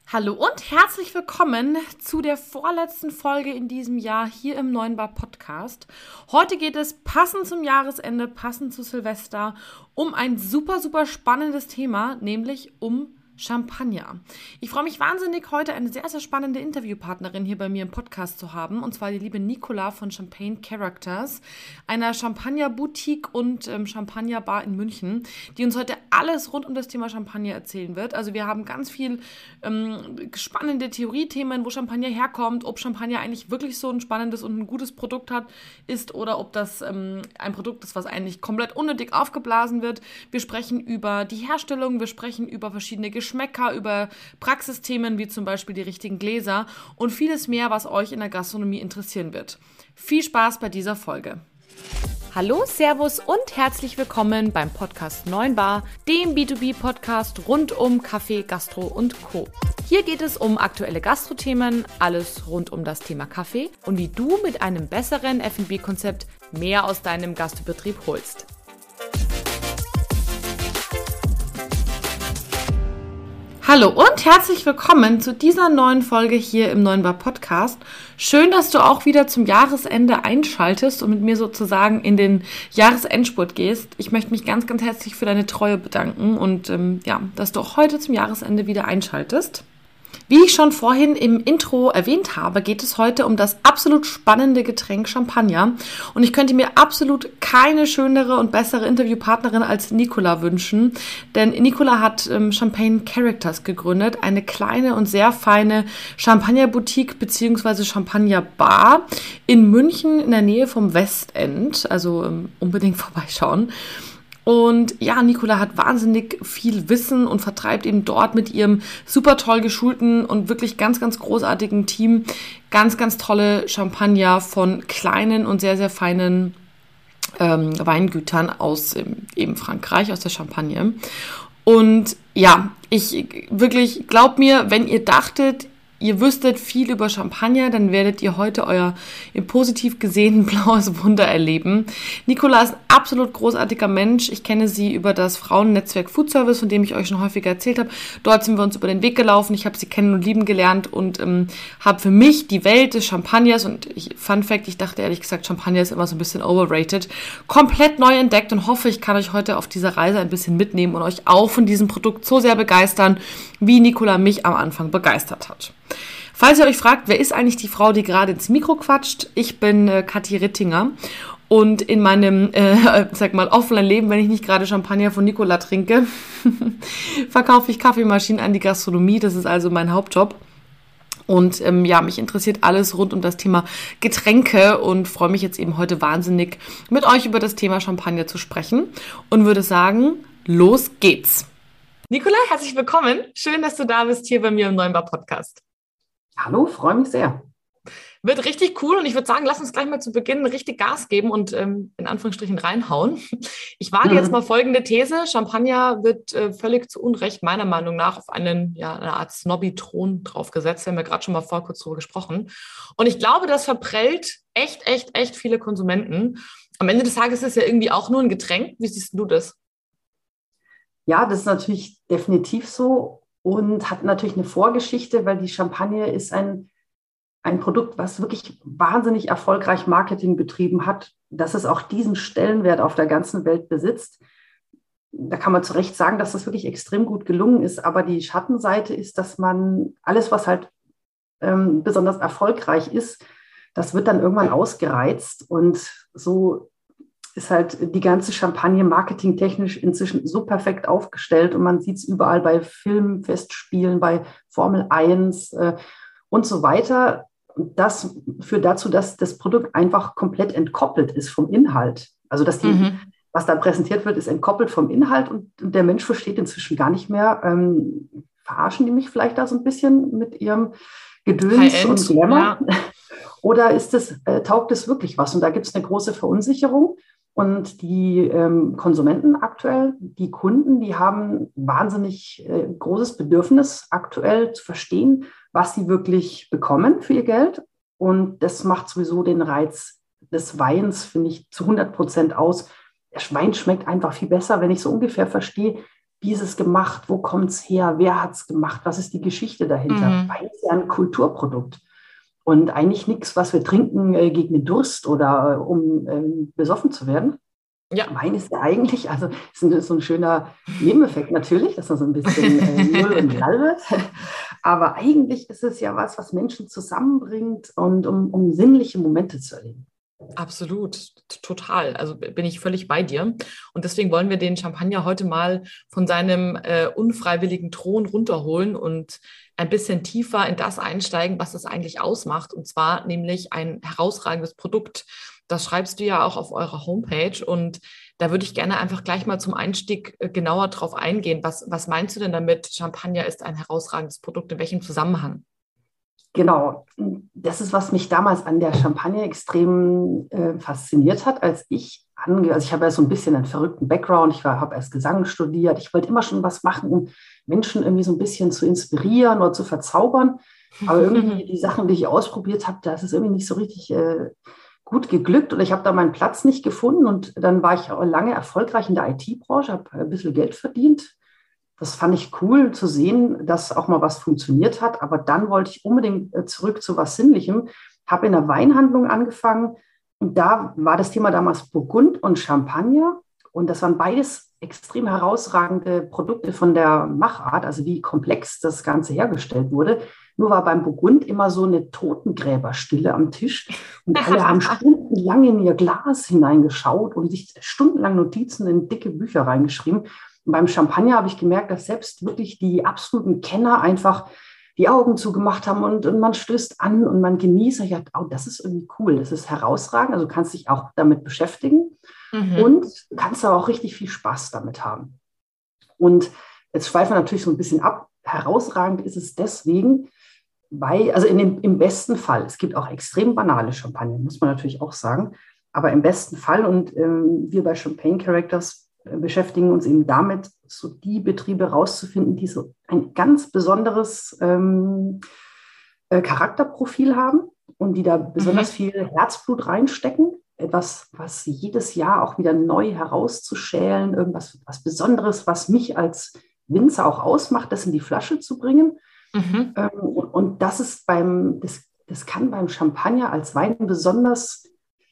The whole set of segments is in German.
Hallo und herzlich willkommen zu der vorletzten Folge in diesem Jahr hier im Neuen Bar Podcast. Heute geht es passend zum Jahresende, passend zu Silvester, um ein super, super spannendes Thema, nämlich um Champagner. Ich freue mich wahnsinnig, heute eine sehr, sehr spannende Interviewpartnerin hier bei mir im Podcast zu haben, und zwar die liebe Nicola von Champagne Characters, einer Champagner-Boutique und Champagner-Bar in München, die uns heute alles rund um das Thema Champagner erzählen wird. Also wir haben ganz viel spannende Theoriethemen, wo Champagner herkommt, ob Champagner eigentlich wirklich so ein spannendes und ein gutes Produkt ist oder ob das ein Produkt ist, was eigentlich komplett unnötig aufgeblasen wird. Wir sprechen über die Herstellung, wir sprechen über verschiedene Geschmäcker, über Praxisthemen wie zum Beispiel die richtigen Gläser und vieles mehr, was euch in der Gastronomie interessieren wird. Viel Spaß bei dieser Folge. Hallo, Servus und herzlich willkommen beim Podcast 9 Bar, dem B2B-Podcast rund um Kaffee, Gastro und Co. Hier geht es um aktuelle Gastrothemen, alles rund um das Thema Kaffee und wie du mit einem besseren F&B-Konzept mehr aus deinem Gastbetrieb holst. Hallo und herzlich willkommen zu dieser neuen Folge hier im Neuen Bar Podcast. Schön, dass du auch wieder zum Jahresende einschaltest und mit mir sozusagen in den Jahresendspurt gehst. Ich möchte mich ganz, ganz herzlich für deine Treue bedanken und dass du auch heute zum Jahresende wieder einschaltest. Wie ich schon vorhin im Intro erwähnt habe, geht es heute um das absolut spannende Getränk Champagner. Und ich könnte mir absolut keine schönere und bessere Interviewpartnerin als Nicola wünschen. Denn Nicola hat Champagne Characters gegründet, eine kleine und sehr feine Champagner-Boutique bzw. Champagner-Bar in München in der Nähe vom Westend. Also unbedingt vorbeischauen. Und ja, Nicola hat wahnsinnig viel Wissen und vertreibt eben dort mit ihrem super toll geschulten und wirklich ganz, ganz großartigen Team ganz, ganz tolle Champagner von kleinen und sehr, sehr feinen Weingütern aus eben Frankreich, aus der Champagne. Und ja, glaubt mir, wenn ihr dachtet, ihr wüsstet viel über Champagner, dann werdet ihr heute euer im positiv gesehen blaues Wunder erleben. Nicola ist ein absolut großartiger Mensch. Ich kenne sie über das Frauennetzwerk Food Service, von dem ich euch schon häufiger erzählt habe. Dort sind wir uns über den Weg gelaufen. Ich habe sie kennen und lieben gelernt und habe für mich die Welt des Champagners Fun Fact, ich dachte ehrlich gesagt, Champagner ist immer so ein bisschen overrated, komplett neu entdeckt und hoffe, ich kann euch heute auf dieser Reise ein bisschen mitnehmen und euch auch von diesem Produkt so sehr begeistern, wie Nicola mich am Anfang begeistert hat. Falls ihr euch fragt, wer ist eigentlich die Frau, die gerade ins Mikro quatscht? Ich bin Kathi Rittinger und in meinem, Offline-Leben, wenn ich nicht gerade Champagner von Nicola trinke, verkaufe ich Kaffeemaschinen an die Gastronomie. Das ist also mein Hauptjob. Und mich interessiert alles rund um das Thema Getränke und freue mich jetzt eben heute wahnsinnig, mit euch über das Thema Champagner zu sprechen und würde sagen, los geht's. Nicola, herzlich willkommen. Schön, dass du da bist hier bei mir im Neuen Bar Podcast. Hallo, freue mich sehr. Wird richtig cool und ich würde sagen, lass uns gleich mal zu Beginn richtig Gas geben und in Anführungsstrichen reinhauen. Ich wage jetzt mal folgende These. Champagner wird völlig zu Unrecht meiner Meinung nach auf eine Art Snobby-Thron draufgesetzt. Wir haben ja gerade schon mal kurz drüber gesprochen. Und ich glaube, das verprellt echt viele Konsumenten. Am Ende des Tages ist es ja irgendwie auch nur ein Getränk. Wie siehst du das? Ja, das ist natürlich definitiv so und hat natürlich eine Vorgeschichte, weil die Champagne ist ein Produkt, was wirklich wahnsinnig erfolgreich Marketing betrieben hat, dass es auch diesen Stellenwert auf der ganzen Welt besitzt. Da kann man zu Recht sagen, dass das wirklich extrem gut gelungen ist, aber die Schattenseite ist, dass man alles, was halt besonders erfolgreich ist, das wird dann irgendwann ausgereizt und so ist halt die ganze Champagne marketingtechnisch inzwischen so perfekt aufgestellt und man sieht es überall bei Filmfestspielen, bei Formel 1 und so weiter. Das führt dazu, dass das Produkt einfach komplett entkoppelt ist vom Inhalt. Also dass was da präsentiert wird, ist entkoppelt vom Inhalt und der Mensch versteht inzwischen gar nicht mehr, verarschen die mich vielleicht da so ein bisschen mit ihrem Gedöns und Glamour? Ja. Oder taugt es wirklich was? Und da gibt es eine große Verunsicherung. Und die Konsumenten aktuell, die Kunden, die haben wahnsinnig großes Bedürfnis aktuell zu verstehen, was sie wirklich bekommen für ihr Geld. Und das macht sowieso den Reiz des Weins, finde ich, zu 100% aus. Der Wein schmeckt einfach viel besser, wenn ich so ungefähr verstehe, wie ist es gemacht, wo kommt es her, wer hat es gemacht, was ist die Geschichte dahinter. Wein ist ja ein Kulturprodukt und eigentlich nichts, was wir trinken gegen den Durst oder um besoffen zu werden. Ja. Wein ist ja eigentlich, also ist so ein schöner Nebeneffekt natürlich, dass man so ein bisschen Null und Lall wird. Aber eigentlich ist es ja was Menschen zusammenbringt und um sinnliche Momente zu erleben. Absolut, total. Also bin ich völlig bei dir. Und deswegen wollen wir den Champagner heute mal von seinem unfreiwilligen Thron runterholen und ein bisschen tiefer in das einsteigen, was es eigentlich ausmacht. Und zwar nämlich ein herausragendes Produkt. Das schreibst du ja auch auf eurer Homepage. Und da würde ich gerne einfach gleich mal zum Einstieg genauer drauf eingehen. Was meinst du denn damit? Champagner ist ein herausragendes Produkt. In welchem Zusammenhang? Genau, das ist, was mich damals an der Champagne extrem fasziniert hat, also ich habe ja so ein bisschen einen verrückten Background, ich habe erst Gesang studiert, ich wollte immer schon was machen, um Menschen irgendwie so ein bisschen zu inspirieren oder zu verzaubern, aber irgendwie die Sachen, die ich ausprobiert habe, das ist irgendwie nicht so richtig gut geglückt und ich habe da meinen Platz nicht gefunden und dann war ich auch lange erfolgreich in der IT-Branche, habe ein bisschen Geld verdient. Das fand ich cool zu sehen, dass auch mal was funktioniert hat. Aber dann wollte ich unbedingt zurück zu was Sinnlichem. Habe in der Weinhandlung angefangen und da war das Thema damals Burgund und Champagner. Und das waren beides extrem herausragende Produkte von der Machart, also wie komplex das Ganze hergestellt wurde. Nur war beim Burgund immer so eine Totengräberstille am Tisch und alle haben stundenlang in ihr Glas hineingeschaut und sich stundenlang Notizen in dicke Bücher reingeschrieben. Und beim Champagner habe ich gemerkt, dass selbst wirklich die absoluten Kenner einfach die Augen zugemacht haben und man stößt an und man genießt. Ich dachte, oh, das ist irgendwie cool, das ist herausragend. Also du kannst dich auch damit beschäftigen und kannst aber auch richtig viel Spaß damit haben. Und jetzt schweifen wir natürlich so ein bisschen ab. Herausragend ist es deswegen, weil, also im besten Fall, es gibt auch extrem banale Champagner, muss man natürlich auch sagen, aber im besten Fall und wir bei Champagne Characters beschäftigen uns eben damit, so die Betriebe rauszufinden, die so ein ganz besonderes Charakterprofil haben und die da besonders viel Herzblut reinstecken. Etwas, was jedes Jahr auch wieder neu herauszuschälen, irgendwas was Besonderes, was mich als Winzer auch ausmacht, das in die Flasche zu bringen. Und das ist das kann beim Champagner als Wein besonders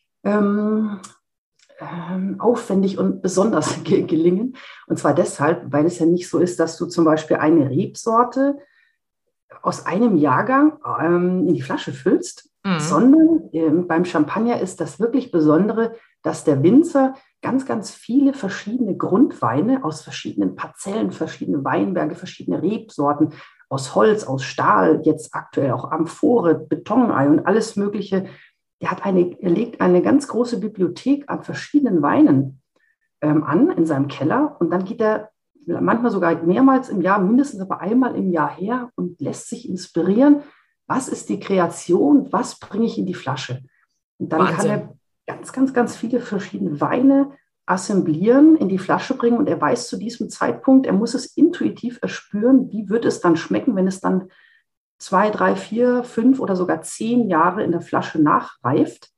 aufwendig und besonders gelingen. Und zwar deshalb, weil es ja nicht so ist, dass du zum Beispiel eine Rebsorte aus einem Jahrgang in die Flasche füllst, sondern beim Champagner ist das wirklich Besondere, dass der Winzer ganz, ganz viele verschiedene Grundweine aus verschiedenen Parzellen, verschiedene Weinberge, verschiedene Rebsorten, aus Holz, aus Stahl, jetzt aktuell auch Amphore, Betonei und alles Mögliche. Er legt eine ganz große Bibliothek an verschiedenen Weinen an in seinem Keller und dann geht er manchmal sogar mehrmals im Jahr, mindestens aber einmal im Jahr her und lässt sich inspirieren. Was ist die Kreation? Was bringe ich in die Flasche? Und dann kann er ganz, ganz, ganz viele verschiedene Weine assemblieren, in die Flasche bringen und er weiß zu diesem Zeitpunkt, er muss es intuitiv erspüren, wie wird es dann schmecken, wenn es dann 2, 3, 4, 5 oder sogar 10 Jahre in der Flasche nachreift.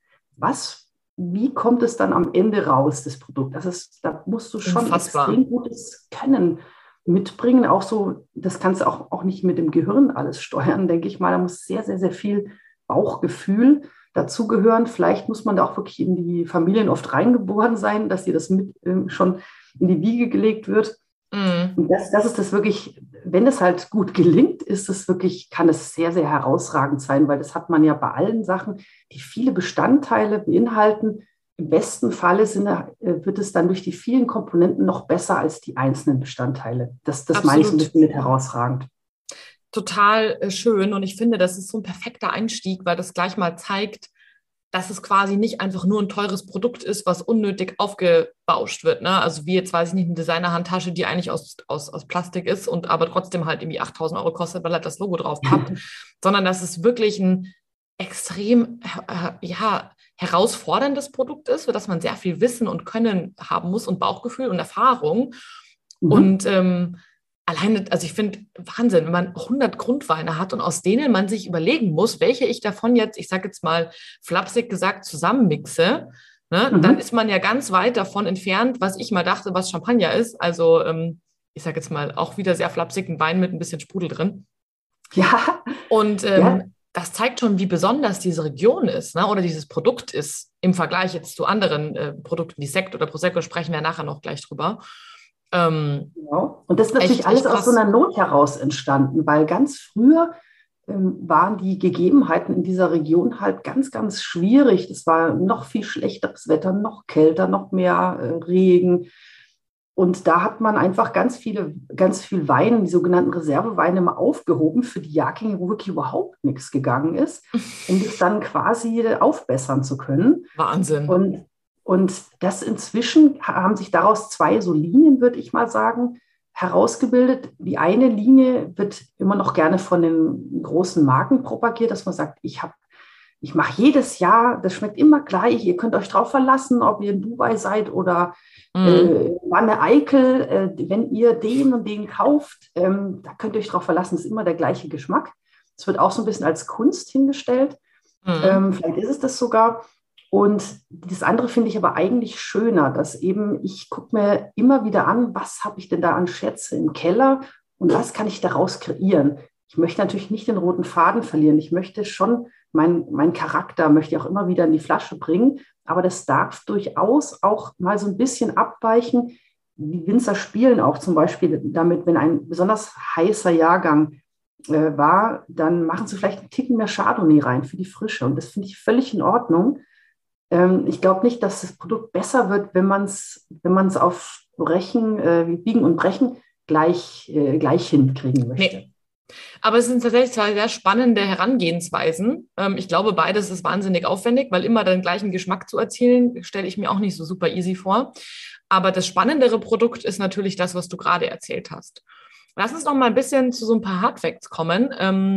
Wie kommt es dann am Ende raus, das Produkt? Da musst du schon extrem gutes Können mitbringen. Auch so, das kannst du auch nicht mit dem Gehirn alles steuern, denke ich mal. Da muss sehr, sehr, sehr viel Bauchgefühl dazugehören. Vielleicht muss man da auch wirklich in die Familien oft reingeboren sein, dass dir das schon in die Wiege gelegt wird. Und das ist das wirklich, wenn es halt gut gelingt, kann es sehr, sehr herausragend sein, weil das hat man ja bei allen Sachen, die viele Bestandteile beinhalten. Im besten Falle wird es dann durch die vielen Komponenten noch besser als die einzelnen Bestandteile. Das meine ich so ein bisschen mit herausragend. Total schön und ich finde, das ist so ein perfekter Einstieg, weil das gleich mal zeigt, dass es quasi nicht einfach nur ein teures Produkt ist, was unnötig aufgebauscht wird. Ne? Also wie jetzt, weiß ich nicht, eine Designer-Handtasche, die eigentlich aus Plastik ist und aber trotzdem halt irgendwie 8.000 € kostet, weil halt das Logo drauf pappt, sondern dass es wirklich ein extrem herausforderndes Produkt ist, sodass man sehr viel Wissen und Können haben muss und Bauchgefühl und Erfahrung. Und alleine, also ich finde Wahnsinn, wenn man 100 Grundweine hat und aus denen man sich überlegen muss, welche ich davon jetzt, ich sage jetzt mal flapsig gesagt, zusammenmixe, ne, dann ist man ja ganz weit davon entfernt, was ich mal dachte, was Champagner ist. Also ich sage jetzt mal, auch wieder sehr flapsigen Wein mit ein bisschen Sprudel drin. Ja, Und ja, das zeigt schon, wie besonders diese Region ist, ne? Oder dieses Produkt ist im Vergleich jetzt zu anderen Produkten, wie Sekt oder Prosecco, sprechen wir nachher noch gleich drüber. genau. Und das ist Echt, natürlich echt alles aus so krass. einer Not heraus entstanden, weil ganz früher waren die Gegebenheiten in dieser Region halt ganz, ganz schwierig. Es war noch viel schlechteres Wetter, noch kälter, noch mehr Regen. Und da hat man einfach ganz viel Wein, die sogenannten Reserveweine, mal aufgehoben für die Jahrgänge, wo wirklich überhaupt nichts gegangen ist, um das dann quasi aufbessern zu können. Wahnsinn. Und, und das inzwischen haben sich daraus zwei so Linien, würde ich mal sagen, herausgebildet. Die eine Linie wird immer noch gerne von den großen Marken propagiert, dass man sagt, ich mache jedes Jahr, das schmeckt immer gleich, ihr könnt euch drauf verlassen, ob ihr in Dubai seid oder Mhm. Wanne Eickel, wenn ihr den und den kauft, da könnt ihr euch drauf verlassen, es ist immer der gleiche Geschmack. Es wird auch so ein bisschen als Kunst hingestellt. Mhm. Vielleicht ist es das sogar. Und das andere finde ich aber eigentlich schöner, dass eben ich gucke mir immer wieder an, was habe ich denn da an Schätze im Keller und was kann ich daraus kreieren. Ich möchte natürlich nicht den roten Faden verlieren. Ich möchte schon mein Charakter möchte ich auch immer wieder in die Flasche bringen, aber das darf durchaus auch mal so ein bisschen abweichen. Die Winzer spielen auch zum Beispiel damit, wenn ein besonders heißer Jahrgang war, dann machen sie vielleicht einen Ticken mehr Chardonnay rein für die Frische. Und das finde ich völlig in Ordnung. Ich glaube nicht, dass das Produkt besser wird, wenn man's auf Brechen, wie Biegen und Brechen gleich hinkriegen möchte. Nee. Aber es sind tatsächlich zwei sehr spannende Herangehensweisen. Ich glaube, beides ist wahnsinnig aufwendig, weil immer den gleichen Geschmack zu erzielen, stelle ich mir auch nicht so super easy vor. Aber das spannendere Produkt ist natürlich das, was du gerade erzählt hast. Lass uns noch mal ein bisschen zu so ein paar Hardfacts kommen,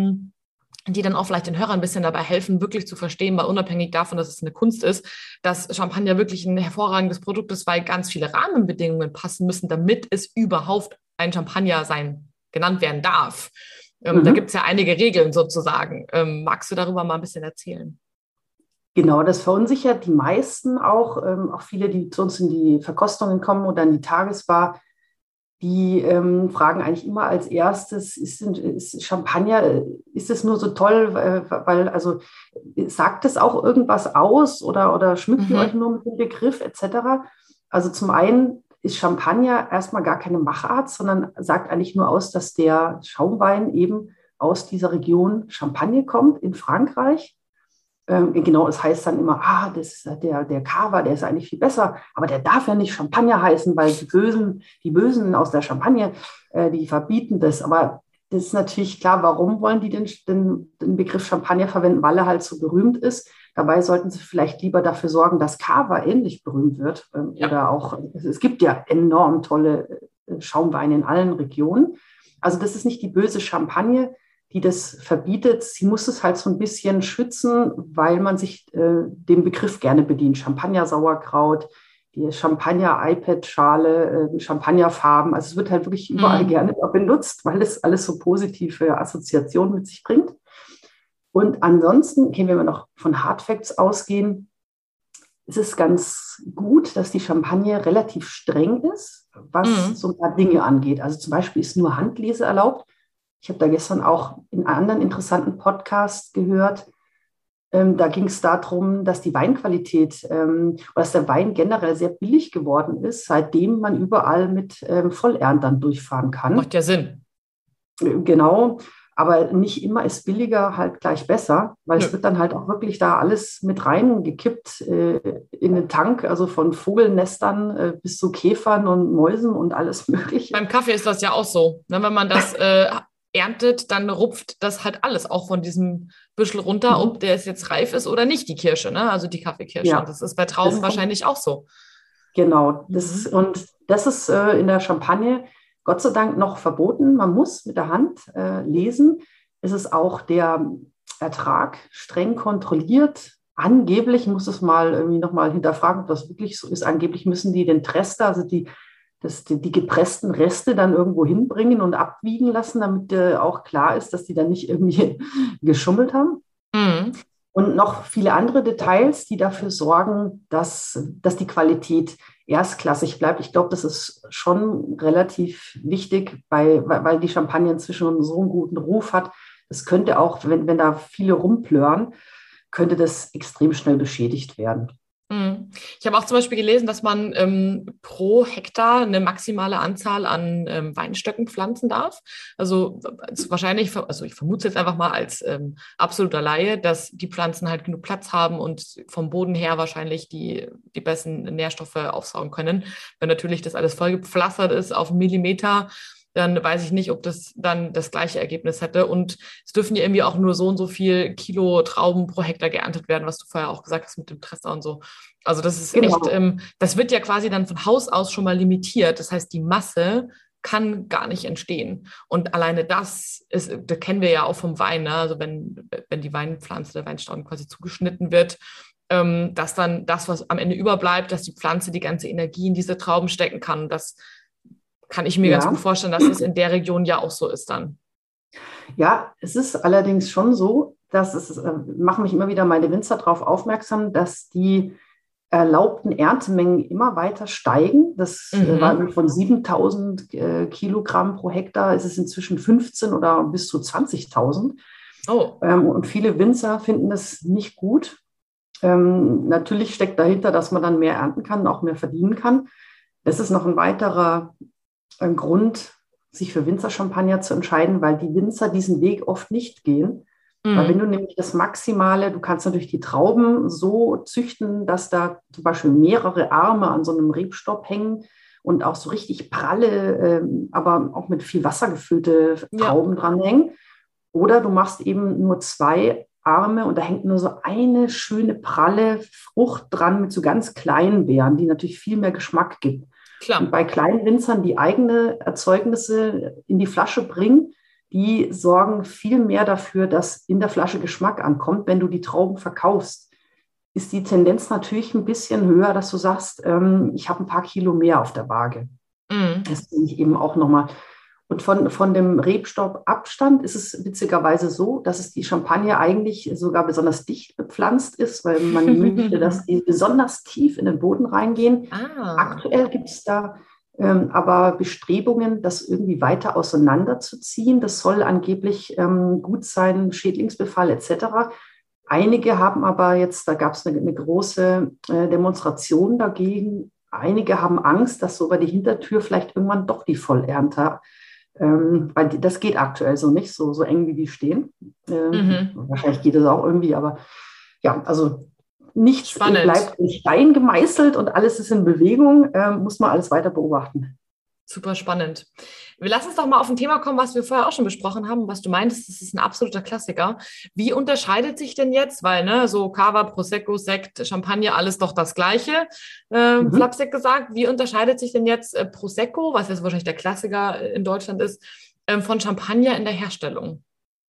die dann auch vielleicht den Hörern ein bisschen dabei helfen, wirklich zu verstehen, weil unabhängig davon, dass es eine Kunst ist, dass Champagner wirklich ein hervorragendes Produkt ist, weil ganz viele Rahmenbedingungen passen müssen, damit es überhaupt ein Champagner sein genannt werden darf. Da gibt Mhm. es ja einige Regeln sozusagen. Magst du darüber mal ein bisschen erzählen? Genau, das verunsichert die meisten auch, auch viele, die zu uns in die Verkostungen kommen oder in die Tagesbar, die fragen eigentlich immer als erstes, ist Champagner, ist es nur so toll, weil, also sagt es auch irgendwas aus oder schmückt ihr euch Mhm. nur mit dem Begriff etc.? Also zum einen ist Champagner erstmal gar keine Machart, sondern sagt eigentlich nur aus, dass der Schaumwein eben aus dieser Region Champagne kommt in Frankreich. Genau, es heißt dann immer, der Cava, der ist eigentlich viel besser, aber der darf ja nicht Champagner heißen, weil die Bösen aus der Champagne, die verbieten das. Aber das ist natürlich klar, warum wollen die den Begriff Champagner verwenden, weil er halt so berühmt ist. Dabei sollten sie vielleicht lieber dafür sorgen, dass Cava ähnlich berühmt wird. Ja. Oder auch, es gibt ja enorm tolle Schaumweine in allen Regionen. Also das ist nicht die böse Champagne, die das verbietet. Sie muss es halt so ein bisschen schützen, weil man sich dem Begriff gerne bedient. Champagner-Sauerkraut, die Champagner-iPad-Schale, Champagnerfarben. Also es wird halt wirklich überall Mhm. gerne benutzt, weil es alles so positive Assoziationen mit sich bringt. Und ansonsten, okay, wenn wir noch von Hard Facts ausgehen, ist es ganz gut, dass die Champagne relativ streng ist, was Mhm. so ein paar Dinge angeht. Also zum Beispiel ist nur Handlese erlaubt. Ich habe da gestern auch in einem anderen interessanten Podcast gehört. Da ging es darum, dass die Weinqualität oder dass der Wein generell sehr billig geworden ist, seitdem man überall mit Vollerntern durchfahren Macht kann. ja Sinn. Genau, aber nicht immer ist billiger halt gleich besser, weil Nö. es wird dann halt auch wirklich da alles mit reingekippt in den Tank, also von Vogelnestern bis zu Käfern und Mäusen und alles Mögliche. Beim Kaffee ist das ja auch so. Ne? Wenn man das erntet, dann rupft das halt alles auch von diesem Büschel runter, ob Mhm. der jetzt reif ist oder nicht, die Kirsche, ne? Also die Kaffeekirsche. Und Ja, das ist bei Trauben das kommt. wahrscheinlich auch so. Genau, Mhm. das ist in der Champagne Gott sei Dank noch verboten. Man muss mit der Hand lesen. Es ist auch der Ertrag streng kontrolliert. Angeblich, ich muss es mal irgendwie nochmal hinterfragen, ob das wirklich so ist. Angeblich müssen die den Trester, also die gepressten Reste dann irgendwo hinbringen und abwiegen lassen, damit auch klar ist, dass die dann nicht irgendwie geschummelt haben. Und noch viele andere Details, die dafür sorgen, dass die Qualität erstklassig bleibt. Ich glaube, das ist schon relativ wichtig, weil die Champagner inzwischen so einen guten Ruf hat. Das könnte auch, wenn da viele rumplören, könnte das extrem schnell beschädigt werden. Ich habe auch zum Beispiel gelesen, dass man pro Hektar eine maximale Anzahl an Weinstöcken pflanzen darf. Also wahrscheinlich, also ich vermute jetzt einfach mal als absoluter Laie, dass die Pflanzen halt genug Platz haben und vom Boden her wahrscheinlich die besten Nährstoffe aufsaugen können. Wenn natürlich das alles voll gepflastert ist auf einen Millimeter, dann weiß ich nicht, ob das dann das gleiche Ergebnis hätte. Und es dürfen ja irgendwie auch nur so und so viel Kilo Trauben pro Hektar geerntet werden, was du vorher auch gesagt hast mit dem Tresser und so. Also das ist Genau. echt, das wird ja quasi dann von Haus aus schon mal limitiert. Das heißt, die Masse kann gar nicht entstehen. Und alleine das kennen wir ja auch vom Wein, ne? Also wenn die Weinpflanze, der Weinstauden quasi zugeschnitten wird, dass dann das, was am Ende überbleibt, dass die Pflanze die ganze Energie in diese Trauben stecken kann. Das kann ich mir ganz gut vorstellen, dass es in der Region ja auch so ist dann. Ja, es ist allerdings schon so, dass machen mich immer wieder meine Winzer darauf aufmerksam, dass die erlaubten Erntemengen immer weiter steigen. Das war von 7.000 Kilogramm pro Hektar, ist es inzwischen 15 oder bis zu 20.000. Oh. Und viele Winzer finden das nicht gut. Natürlich steckt dahinter, dass man dann mehr ernten kann, auch mehr verdienen kann. Das ist noch ein weiterer Grund, sich für Winzer-Champagner zu entscheiden, weil die Winzer diesen Weg oft nicht gehen. Weil wenn du nämlich das Maximale, du kannst natürlich die Trauben so züchten, dass da zum Beispiel mehrere Arme an so einem Rebstock hängen und auch so richtig pralle, aber auch mit viel Wasser gefüllte Trauben dranhängen. Oder du machst eben nur 2 Arme und da hängt nur so eine schöne pralle Frucht dran mit so ganz kleinen Beeren, die natürlich viel mehr Geschmack gibt. Klar. Und bei kleinen Winzern, die eigene Erzeugnisse in die Flasche bringen, die sorgen viel mehr dafür, dass in der Flasche Geschmack ankommt. Wenn du die Trauben verkaufst, ist die Tendenz natürlich ein bisschen höher, dass du sagst, ich habe ein paar Kilo mehr auf der Waage. Das finde ich eben auch nochmal. Und von dem Rebstockabstand ist es witzigerweise so, dass es die Champagner eigentlich sogar besonders dicht bepflanzt ist, weil man möchte, dass die besonders tief in den Boden reingehen. Aktuell gibt es da aber Bestrebungen, das irgendwie weiter auseinanderzuziehen. Das soll angeblich gut sein, Schädlingsbefall etc. Einige haben aber jetzt, da gab es eine große Demonstration dagegen. Einige haben Angst, dass so über die Hintertür vielleicht irgendwann doch die Vollernte, weil das geht aktuell so nicht, so eng wie die stehen. Wahrscheinlich geht es auch irgendwie, aber ja, also nichts bleibt in Stein gemeißelt und alles ist in Bewegung, muss man alles weiter beobachten. Super spannend. Wir lassen uns doch mal auf ein Thema kommen, was wir vorher auch schon besprochen haben, was du meintest, das ist ein absoluter Klassiker. Wie unterscheidet sich denn jetzt, weil so Cava, Prosecco, Sekt, Champagner, alles doch das Gleiche, flapsig gesagt, wie unterscheidet sich denn jetzt Prosecco, was jetzt wahrscheinlich der Klassiker in Deutschland ist, von Champagner in der Herstellung?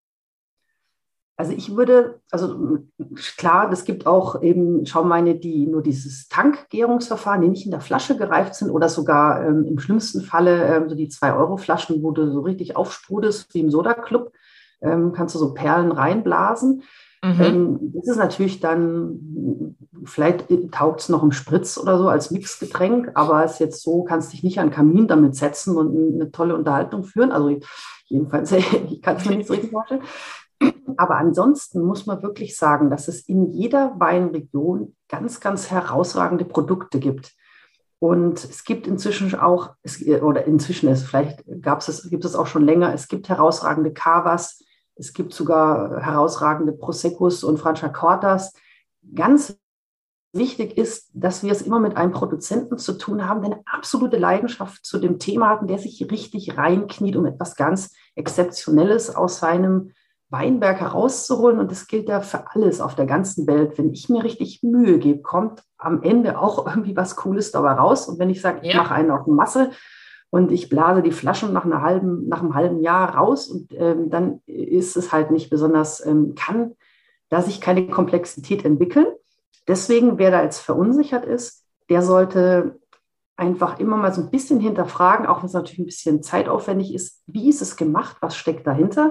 Also klar, es gibt auch eben Schaumweine, die nur dieses Tankgärungsverfahren, die nicht in der Flasche gereift sind oder sogar im schlimmsten Falle so die 2-Euro-Flaschen, wo du so richtig aufsprudelst wie im Soda-Club, kannst du so Perlen reinblasen. Das ist natürlich dann, vielleicht taugt es noch im Spritz oder so als Mixgetränk, aber es ist jetzt so, kannst dich nicht an den Kamin damit setzen und eine tolle Unterhaltung führen. Also jedenfalls, ich kann es mir nicht so richtig vorstellen. Aber ansonsten muss man wirklich sagen, dass es in jeder Weinregion ganz, ganz herausragende Produkte gibt. Und es gibt inzwischen auch, vielleicht gibt es auch schon länger, es gibt herausragende Cavas, es gibt sogar herausragende Proseccos und Franciacortas. Ganz wichtig ist, dass wir es immer mit einem Produzenten zu tun haben, der eine absolute Leidenschaft zu dem Thema hat und der sich richtig reinkniet, um etwas ganz Exzeptionelles aus seinem Weinberg herauszuholen. Und das gilt ja für alles auf der ganzen Welt. Wenn ich mir richtig Mühe gebe, kommt am Ende auch irgendwie was Cooles dabei raus. Und wenn ich sage, ich mache einen auf Masse und ich blase die Flaschen nach einem halben Jahr raus und dann ist es halt nicht besonders, kann da sich keine Komplexität entwickeln. Deswegen, wer da jetzt verunsichert ist, der sollte einfach immer mal so ein bisschen hinterfragen, auch wenn es natürlich ein bisschen zeitaufwendig ist, wie ist es gemacht, was steckt dahinter?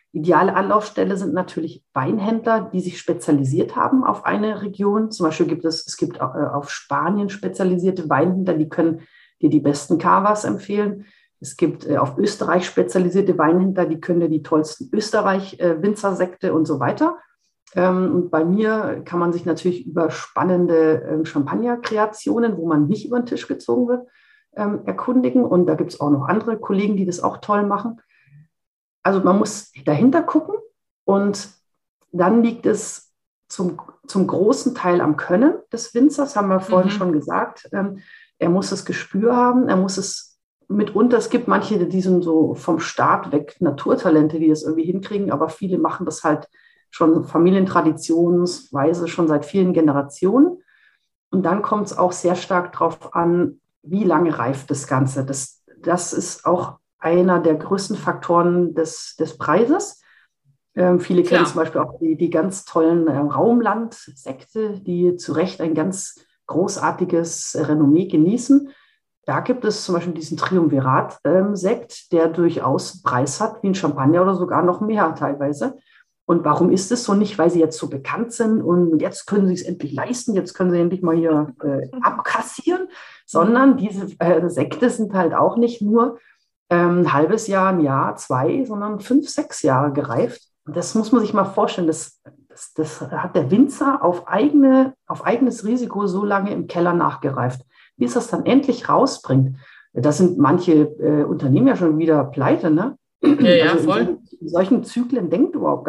Ideale Anlaufstelle sind natürlich Weinhändler, die sich spezialisiert haben auf eine Region. Zum Beispiel gibt es gibt auf Spanien spezialisierte Weinhändler, die können dir die besten Cavas empfehlen. Es gibt auf Österreich spezialisierte Weinhändler, die können dir die tollsten Österreich-Winzersekte und so weiter. Und bei mir kann man sich natürlich über spannende Champagner-Kreationen, wo man nicht über den Tisch gezogen wird, erkundigen. Und da gibt es auch noch andere Kollegen, die das auch toll machen. Also man muss dahinter gucken und dann liegt es zum großen Teil am Können des Winzers, haben wir vorhin schon gesagt. Er muss das Gespür haben, er muss es mitunter, es gibt manche, die sind so vom Start weg Naturtalente, die das irgendwie hinkriegen, aber viele machen das halt schon familientraditionsweise schon seit vielen Generationen. Und dann kommt es auch sehr stark darauf an, wie lange reift das Ganze. Das ist auch einer der größten Faktoren des Preises. Viele kennen zum Beispiel auch die ganz tollen Raumland-Sekte, die zu Recht ein ganz großartiges Renommee genießen. Da gibt es zum Beispiel diesen Triumvirat-Sekt, der durchaus Preis hat, wie ein Champagner oder sogar noch mehr teilweise. Und warum ist es so? Nicht, weil sie jetzt so bekannt sind und jetzt können sie es endlich leisten, jetzt können sie endlich mal hier abkassieren, sondern diese Sekte sind halt auch nicht nur ein halbes Jahr, ein Jahr, 2, sondern 5, 6 Jahre gereift. Und das muss man sich mal vorstellen, das hat der Winzer auf eigenes Risiko so lange im Keller nachgereift, bis er es dann endlich rausbringt. Da sind manche Unternehmen ja schon wieder pleite, ne? Ja, also voll. in solchen Zyklen denkt überhaupt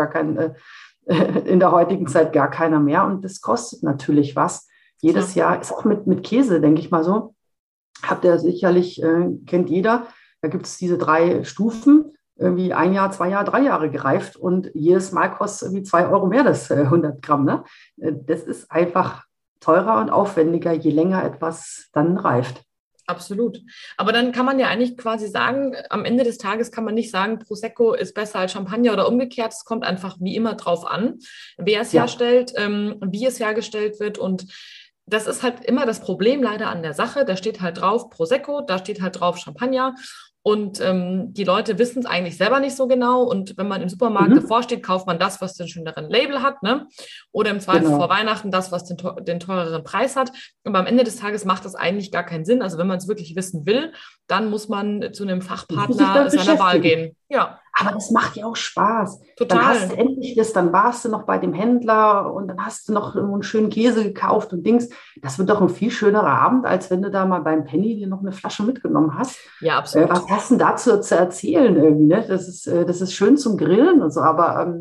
in der heutigen Zeit gar keiner mehr. Und das kostet natürlich was. Jedes Jahr ist auch mit Käse, denke ich mal so. Habt ihr sicherlich, kennt jeder. Da gibt es diese 3 Stufen, irgendwie 1 Jahr, 2 Jahre, 3 Jahre gereift und jedes Mal kostet irgendwie 2 Euro mehr das 100 Gramm. Ne? Das ist einfach teurer und aufwendiger, je länger etwas dann reift. Absolut. Aber dann kann man ja eigentlich quasi sagen, am Ende des Tages kann man nicht sagen, Prosecco ist besser als Champagner oder umgekehrt. Es kommt einfach wie immer drauf an, wer es herstellt, wie es hergestellt wird. Und das ist halt immer das Problem leider an der Sache. Da steht halt drauf Prosecco, da steht halt drauf Champagner. Und die Leute wissen es eigentlich selber nicht so genau. Und wenn man im Supermarkt davor steht, kauft man das, was den schöneren Label hat, ne? Oder im Zweifel vor Weihnachten das, was den teureren Preis hat. Aber am Ende des Tages macht das eigentlich gar keinen Sinn. Also wenn man es wirklich wissen will, dann muss man zu einem Fachpartner seiner Wahl gehen. Ja. Aber das macht ja auch Spaß. Total. Dann hast du endlich das, dann warst du noch bei dem Händler und dann hast du noch einen schönen Käse gekauft und Dings. Das wird doch ein viel schönerer Abend, als wenn du da mal beim Penny dir noch eine Flasche mitgenommen hast. Ja, absolut. Was hast du denn dazu zu erzählen irgendwie? Ne? Das ist schön zum Grillen und so, aber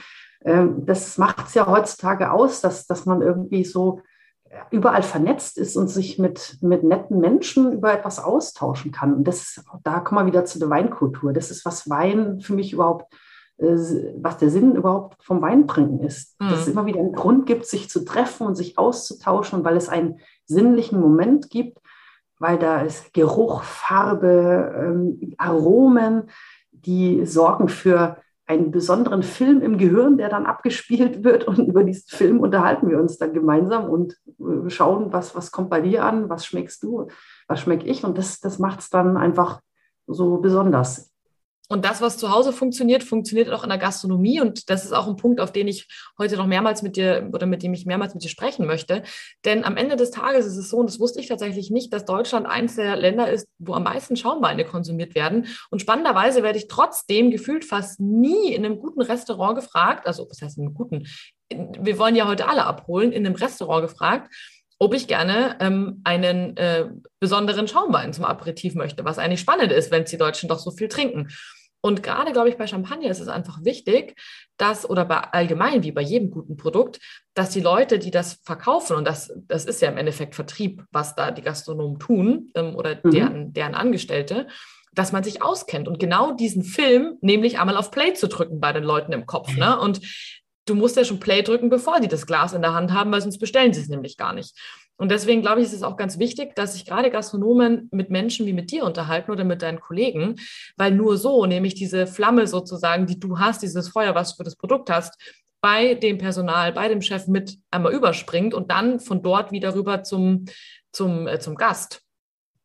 das macht es ja heutzutage aus, dass man irgendwie so überall vernetzt ist und sich mit netten Menschen über etwas austauschen kann. Und da kommen wir wieder zu der Weinkultur. Das ist, was Wein für mich überhaupt, was der Sinn überhaupt vom Weinbringen ist. Dass es immer wieder einen Grund gibt, sich zu treffen und sich auszutauschen, weil es einen sinnlichen Moment gibt, weil da ist Geruch, Farbe, Aromen, die sorgen für einen besonderen Film im Gehirn, der dann abgespielt wird, und über diesen Film unterhalten wir uns dann gemeinsam und schauen, was kommt bei dir an, was schmeckst du, was schmecke ich, und das macht es dann einfach so besonders. Und das, was zu Hause funktioniert, funktioniert auch in der Gastronomie. Und das ist auch ein Punkt, auf den ich heute noch mehrmals mit dir oder mit dem ich mehrmals mit dir sprechen möchte. Denn am Ende des Tages ist es so, und das wusste ich tatsächlich nicht, dass Deutschland eines der Länder ist, wo am meisten Schaumweine konsumiert werden. Und spannenderweise werde ich trotzdem gefühlt fast nie in einem guten Restaurant gefragt, also was heißt in einem guten, wir wollen ja heute alle abholen, in einem Restaurant gefragt, ob ich gerne einen besonderen Schaumwein zum Aperitif möchte, was eigentlich spannend ist, wenn es die Deutschen doch so viel trinken. Und gerade, glaube ich, bei Champagner ist es einfach wichtig, oder bei allgemein, wie bei jedem guten Produkt, dass die Leute, die das verkaufen, und das ist ja im Endeffekt Vertrieb, was da die Gastronomen tun, oder deren Angestellte, dass man sich auskennt und genau diesen Film nämlich einmal auf Play zu drücken bei den Leuten im Kopf, ne? Und du musst ja schon Play drücken, bevor die das Glas in der Hand haben, weil sonst bestellen sie es nämlich gar nicht. Und deswegen glaube ich, ist es auch ganz wichtig, dass sich gerade Gastronomen mit Menschen wie mit dir unterhalten oder mit deinen Kollegen, weil nur so nämlich diese Flamme sozusagen, die du hast, dieses Feuer, was du für das Produkt hast, bei dem Personal, bei dem Chef mit einmal überspringt und dann von dort wieder rüber zum Gast.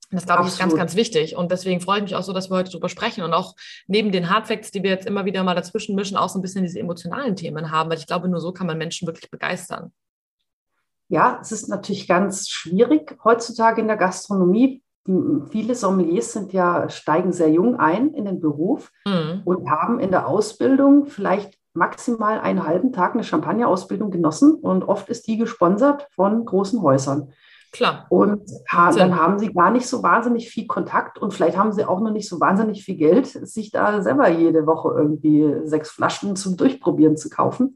Und das, glaube ich, ist ganz, Absolut. ganz wichtig. Und deswegen freue ich mich auch so, dass wir heute drüber sprechen und auch neben den Hardfacts, die wir jetzt immer wieder mal dazwischen mischen, auch so ein bisschen diese emotionalen Themen haben, weil ich glaube, nur so kann man Menschen wirklich begeistern. Ja, es ist natürlich ganz schwierig heutzutage in der Gastronomie. Viele Sommeliers steigen sehr jung ein in den Beruf Mhm. und haben in der Ausbildung vielleicht maximal einen halben Tag eine Champagnerausbildung genossen und oft ist die gesponsert von großen Häusern. Klar, Und macht dann Sinn. haben sie gar nicht so wahnsinnig viel Kontakt und vielleicht haben sie auch noch nicht so wahnsinnig viel Geld, sich da selber jede Woche irgendwie 6 Flaschen zum Durchprobieren zu kaufen.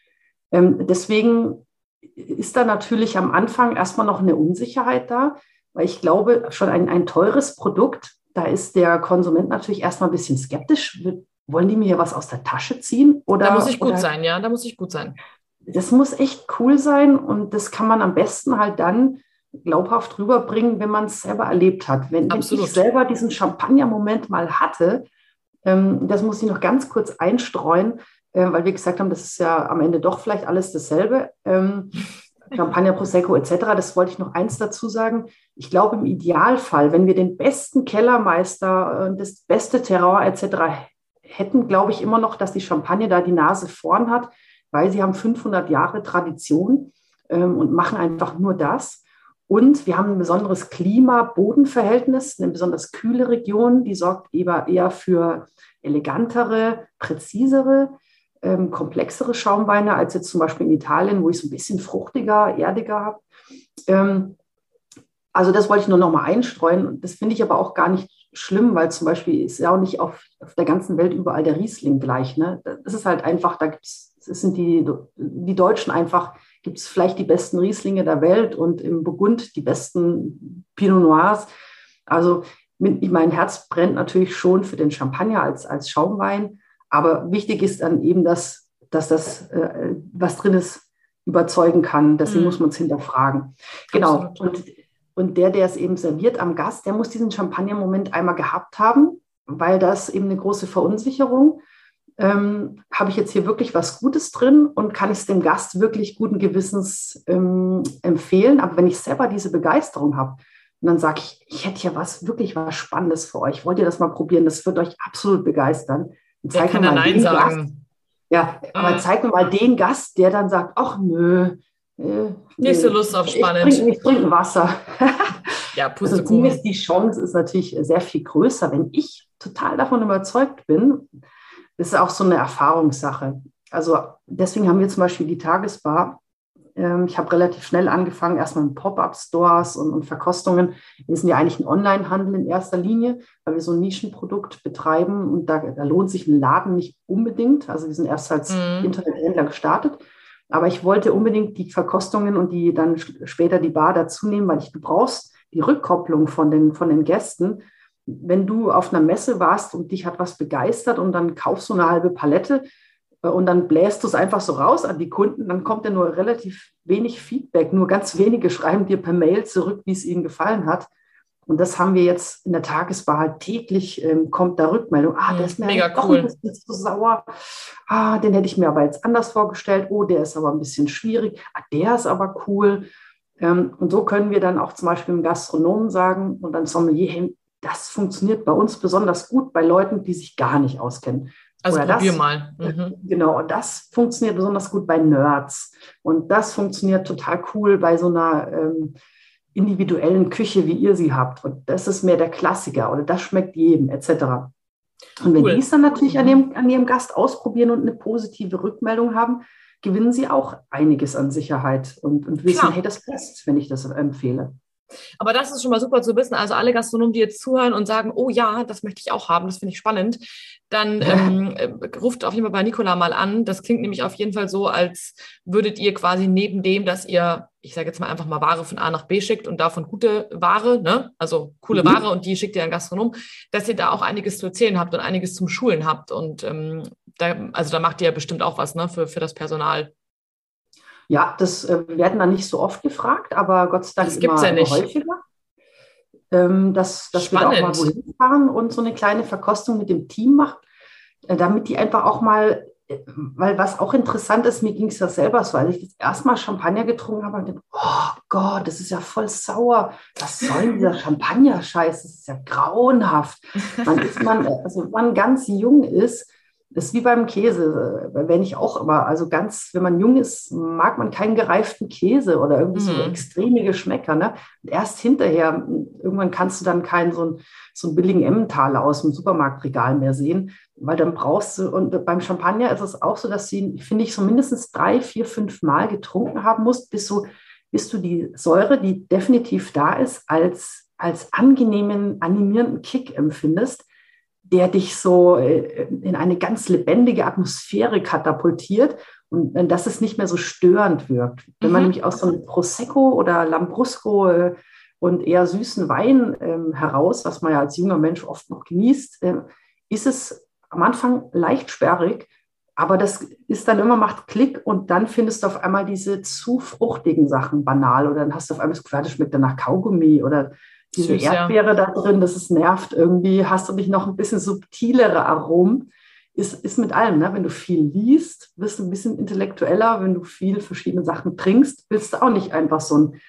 Deswegen ist da natürlich am Anfang erstmal noch eine Unsicherheit da, weil ich glaube, schon ein teures Produkt, da ist der Konsument natürlich erstmal ein bisschen skeptisch. Wollen die mir hier was aus der Tasche ziehen? Da muss ich gut Oder sein, ja, da muss ich gut sein. das muss echt cool sein und das kann man am besten halt dann glaubhaft rüberbringen, wenn man es selber erlebt hat. Wenn ich Absolut. selber diesen Champagner-Moment mal hatte, das muss ich noch ganz kurz einstreuen, weil wir gesagt haben, das ist ja am Ende doch vielleicht alles dasselbe. Champagner, Prosecco etc. Das wollte ich noch eins dazu sagen. Ich glaube, im Idealfall, wenn wir den besten Kellermeister, das beste Terroir etc. hätten, glaube ich immer noch, dass die Champagne da die Nase vorn hat, weil sie haben 500 Jahre Tradition und machen einfach nur das. Und wir haben ein besonderes Klima-Boden-Verhältnis, eine besonders kühle Region, die sorgt eher für elegantere, präzisere, komplexere Schaumweine als jetzt zum Beispiel in Italien, wo ich so ein bisschen fruchtiger, erdiger habe. Ähm, also das wollte ich nur noch mal einstreuen. Das finde ich aber auch gar nicht schlimm, weil zum Beispiel ist ja auch nicht auf der ganzen Welt überall der Riesling gleich. Ne? Das ist halt einfach, das sind die Deutschen einfach, gibt es vielleicht die besten Rieslinge der Welt und im Burgund die besten Pinot Noirs. Also mein Herz brennt natürlich schon für den Champagner als Schaumwein, aber wichtig ist dann eben, dass das, was drin ist, überzeugen kann. Deswegen muss Mhm. man es hinterfragen. Genau. Absolut. Und der es eben serviert am Gast, der muss diesen Champagner-Moment einmal gehabt haben, weil das eben eine große Verunsicherung. Habe ich jetzt hier wirklich was Gutes drin und kann ich es dem Gast wirklich guten Gewissens empfehlen? Aber wenn ich selber diese Begeisterung habe und dann sage ich hätte hier wirklich was Spannendes für euch, wollt ihr das mal probieren? Das wird euch absolut begeistern. Und Wer zeig mir kann da mal Nein den Gast, sagen? ja, aber Mhm. zeig mir mal den Gast, der dann sagt, ach nö, Nicht so nö, Lust auf ich trinke spannend. ich trink Wasser. Ja, Das Ding ist, Pustekuchen. die Chance ist natürlich sehr viel größer, wenn ich total davon überzeugt bin. Das ist auch so eine Erfahrungssache. Also deswegen haben wir zum Beispiel die Tagesbar. Ich habe relativ schnell angefangen, erstmal mit Pop-up-Stores und Verkostungen. Wir sind ja eigentlich ein Online-Handel in erster Linie, weil wir so ein Nischenprodukt betreiben und da lohnt sich ein Laden nicht unbedingt. Also wir sind erst als Mhm. Internethändler gestartet. Aber ich wollte unbedingt die Verkostungen und die dann später die Bar dazu nehmen, weil du brauchst die Rückkopplung von den Gästen. Wenn du auf einer Messe warst und dich hat was begeistert und dann kaufst du eine halbe Palette und dann bläst du es einfach so raus an die Kunden, dann kommt ja nur relativ wenig Feedback. Nur ganz wenige schreiben dir per Mail zurück, wie es ihnen gefallen hat. Und das haben wir jetzt in der Tagesbar halt täglich, kommt da Rückmeldung. Der Mhm. ist mir Mega eigentlich doch ein cool. bisschen zu sauer. Den hätte ich mir aber jetzt anders vorgestellt. Oh, der ist aber ein bisschen schwierig. Der ist aber cool. Und so können wir dann auch zum Beispiel dem Gastronomen sagen und dann Sommelier, hey, das funktioniert bei uns besonders gut bei Leuten, die sich gar nicht auskennen. Also Oder probier das, mal. Mhm. genau, und das funktioniert besonders gut bei Nerds. Und das funktioniert total cool bei so einer individuellen Küche, wie ihr sie habt. Und das ist mehr der Klassiker oder das schmeckt jedem, etc. Und wenn die Cool. es dann natürlich Mhm. an ihrem Gast ausprobieren und eine positive Rückmeldung haben, gewinnen sie auch einiges an Sicherheit und wissen, hey, Klar. das passt, wenn ich das empfehle. Aber das ist schon mal super zu wissen. Also alle Gastronomen, die jetzt zuhören und sagen, oh ja, das möchte ich auch haben, das finde ich spannend, dann ruft auf jeden Fall bei Nicola mal an. Das klingt nämlich auf jeden Fall so, als würdet ihr quasi neben dem, dass ihr, ich sage jetzt mal einfach mal Ware von A nach B schickt und davon gute Ware, ne? Also coole Ware Mhm. und die schickt ihr an Gastronom, dass ihr da auch einiges zu erzählen habt und einiges zum Schulen habt. Und da macht ihr ja bestimmt auch was, ne, für das Personal. Ja, das werden dann nicht so oft gefragt, aber Gott sei Dank Das gibt's ja immer nicht. häufiger, dass wir da auch mal Spannend. wohin fahren und so eine kleine Verkostung mit dem Team machen, damit die einfach auch mal, weil was auch interessant ist, mir ging es ja selber so, als ich das erste Mal Champagner getrunken habe, und dachte, oh Gott, das ist ja voll sauer. Was soll denn dieser Champagner-Scheiß? Das ist ja grauenhaft. Also wenn man ganz jung ist, das ist wie beim Käse, wenn ich auch immer, also wenn man jung ist, mag man keinen gereiften Käse oder irgendwie so extreme Geschmäcker, ne? Und erst hinterher, irgendwann kannst du dann keinen so einen billigen Emmentaler aus dem Supermarktregal mehr sehen, weil dann brauchst du, und beim Champagner ist es auch so, dass sie, finde ich, so mindestens 3, 4, 5 Mal getrunken haben musst, bis du die Säure, die definitiv da ist, als angenehmen, animierenden Kick empfindest, der dich so in eine ganz lebendige Atmosphäre katapultiert und dass es nicht mehr so störend wirkt. Wenn man nämlich aus so einem Prosecco oder Lambrusco und eher süßen Wein heraus, was man ja als junger Mensch oft noch genießt, ist es am Anfang leicht sperrig, aber das ist dann immer, macht Klick und dann findest du auf einmal diese zu fruchtigen Sachen banal oder dann hast du auf einmal das Gefühl, das schmeckt dann nach Kaugummi oder diese Süß, Erdbeere da drin, das ist nervt irgendwie. Hast du nicht noch ein bisschen subtilere Aromen? Ist mit allem, ne? Wenn du viel liest, wirst du ein bisschen intellektueller. Wenn du viel verschiedene Sachen trinkst, willst du auch nicht einfach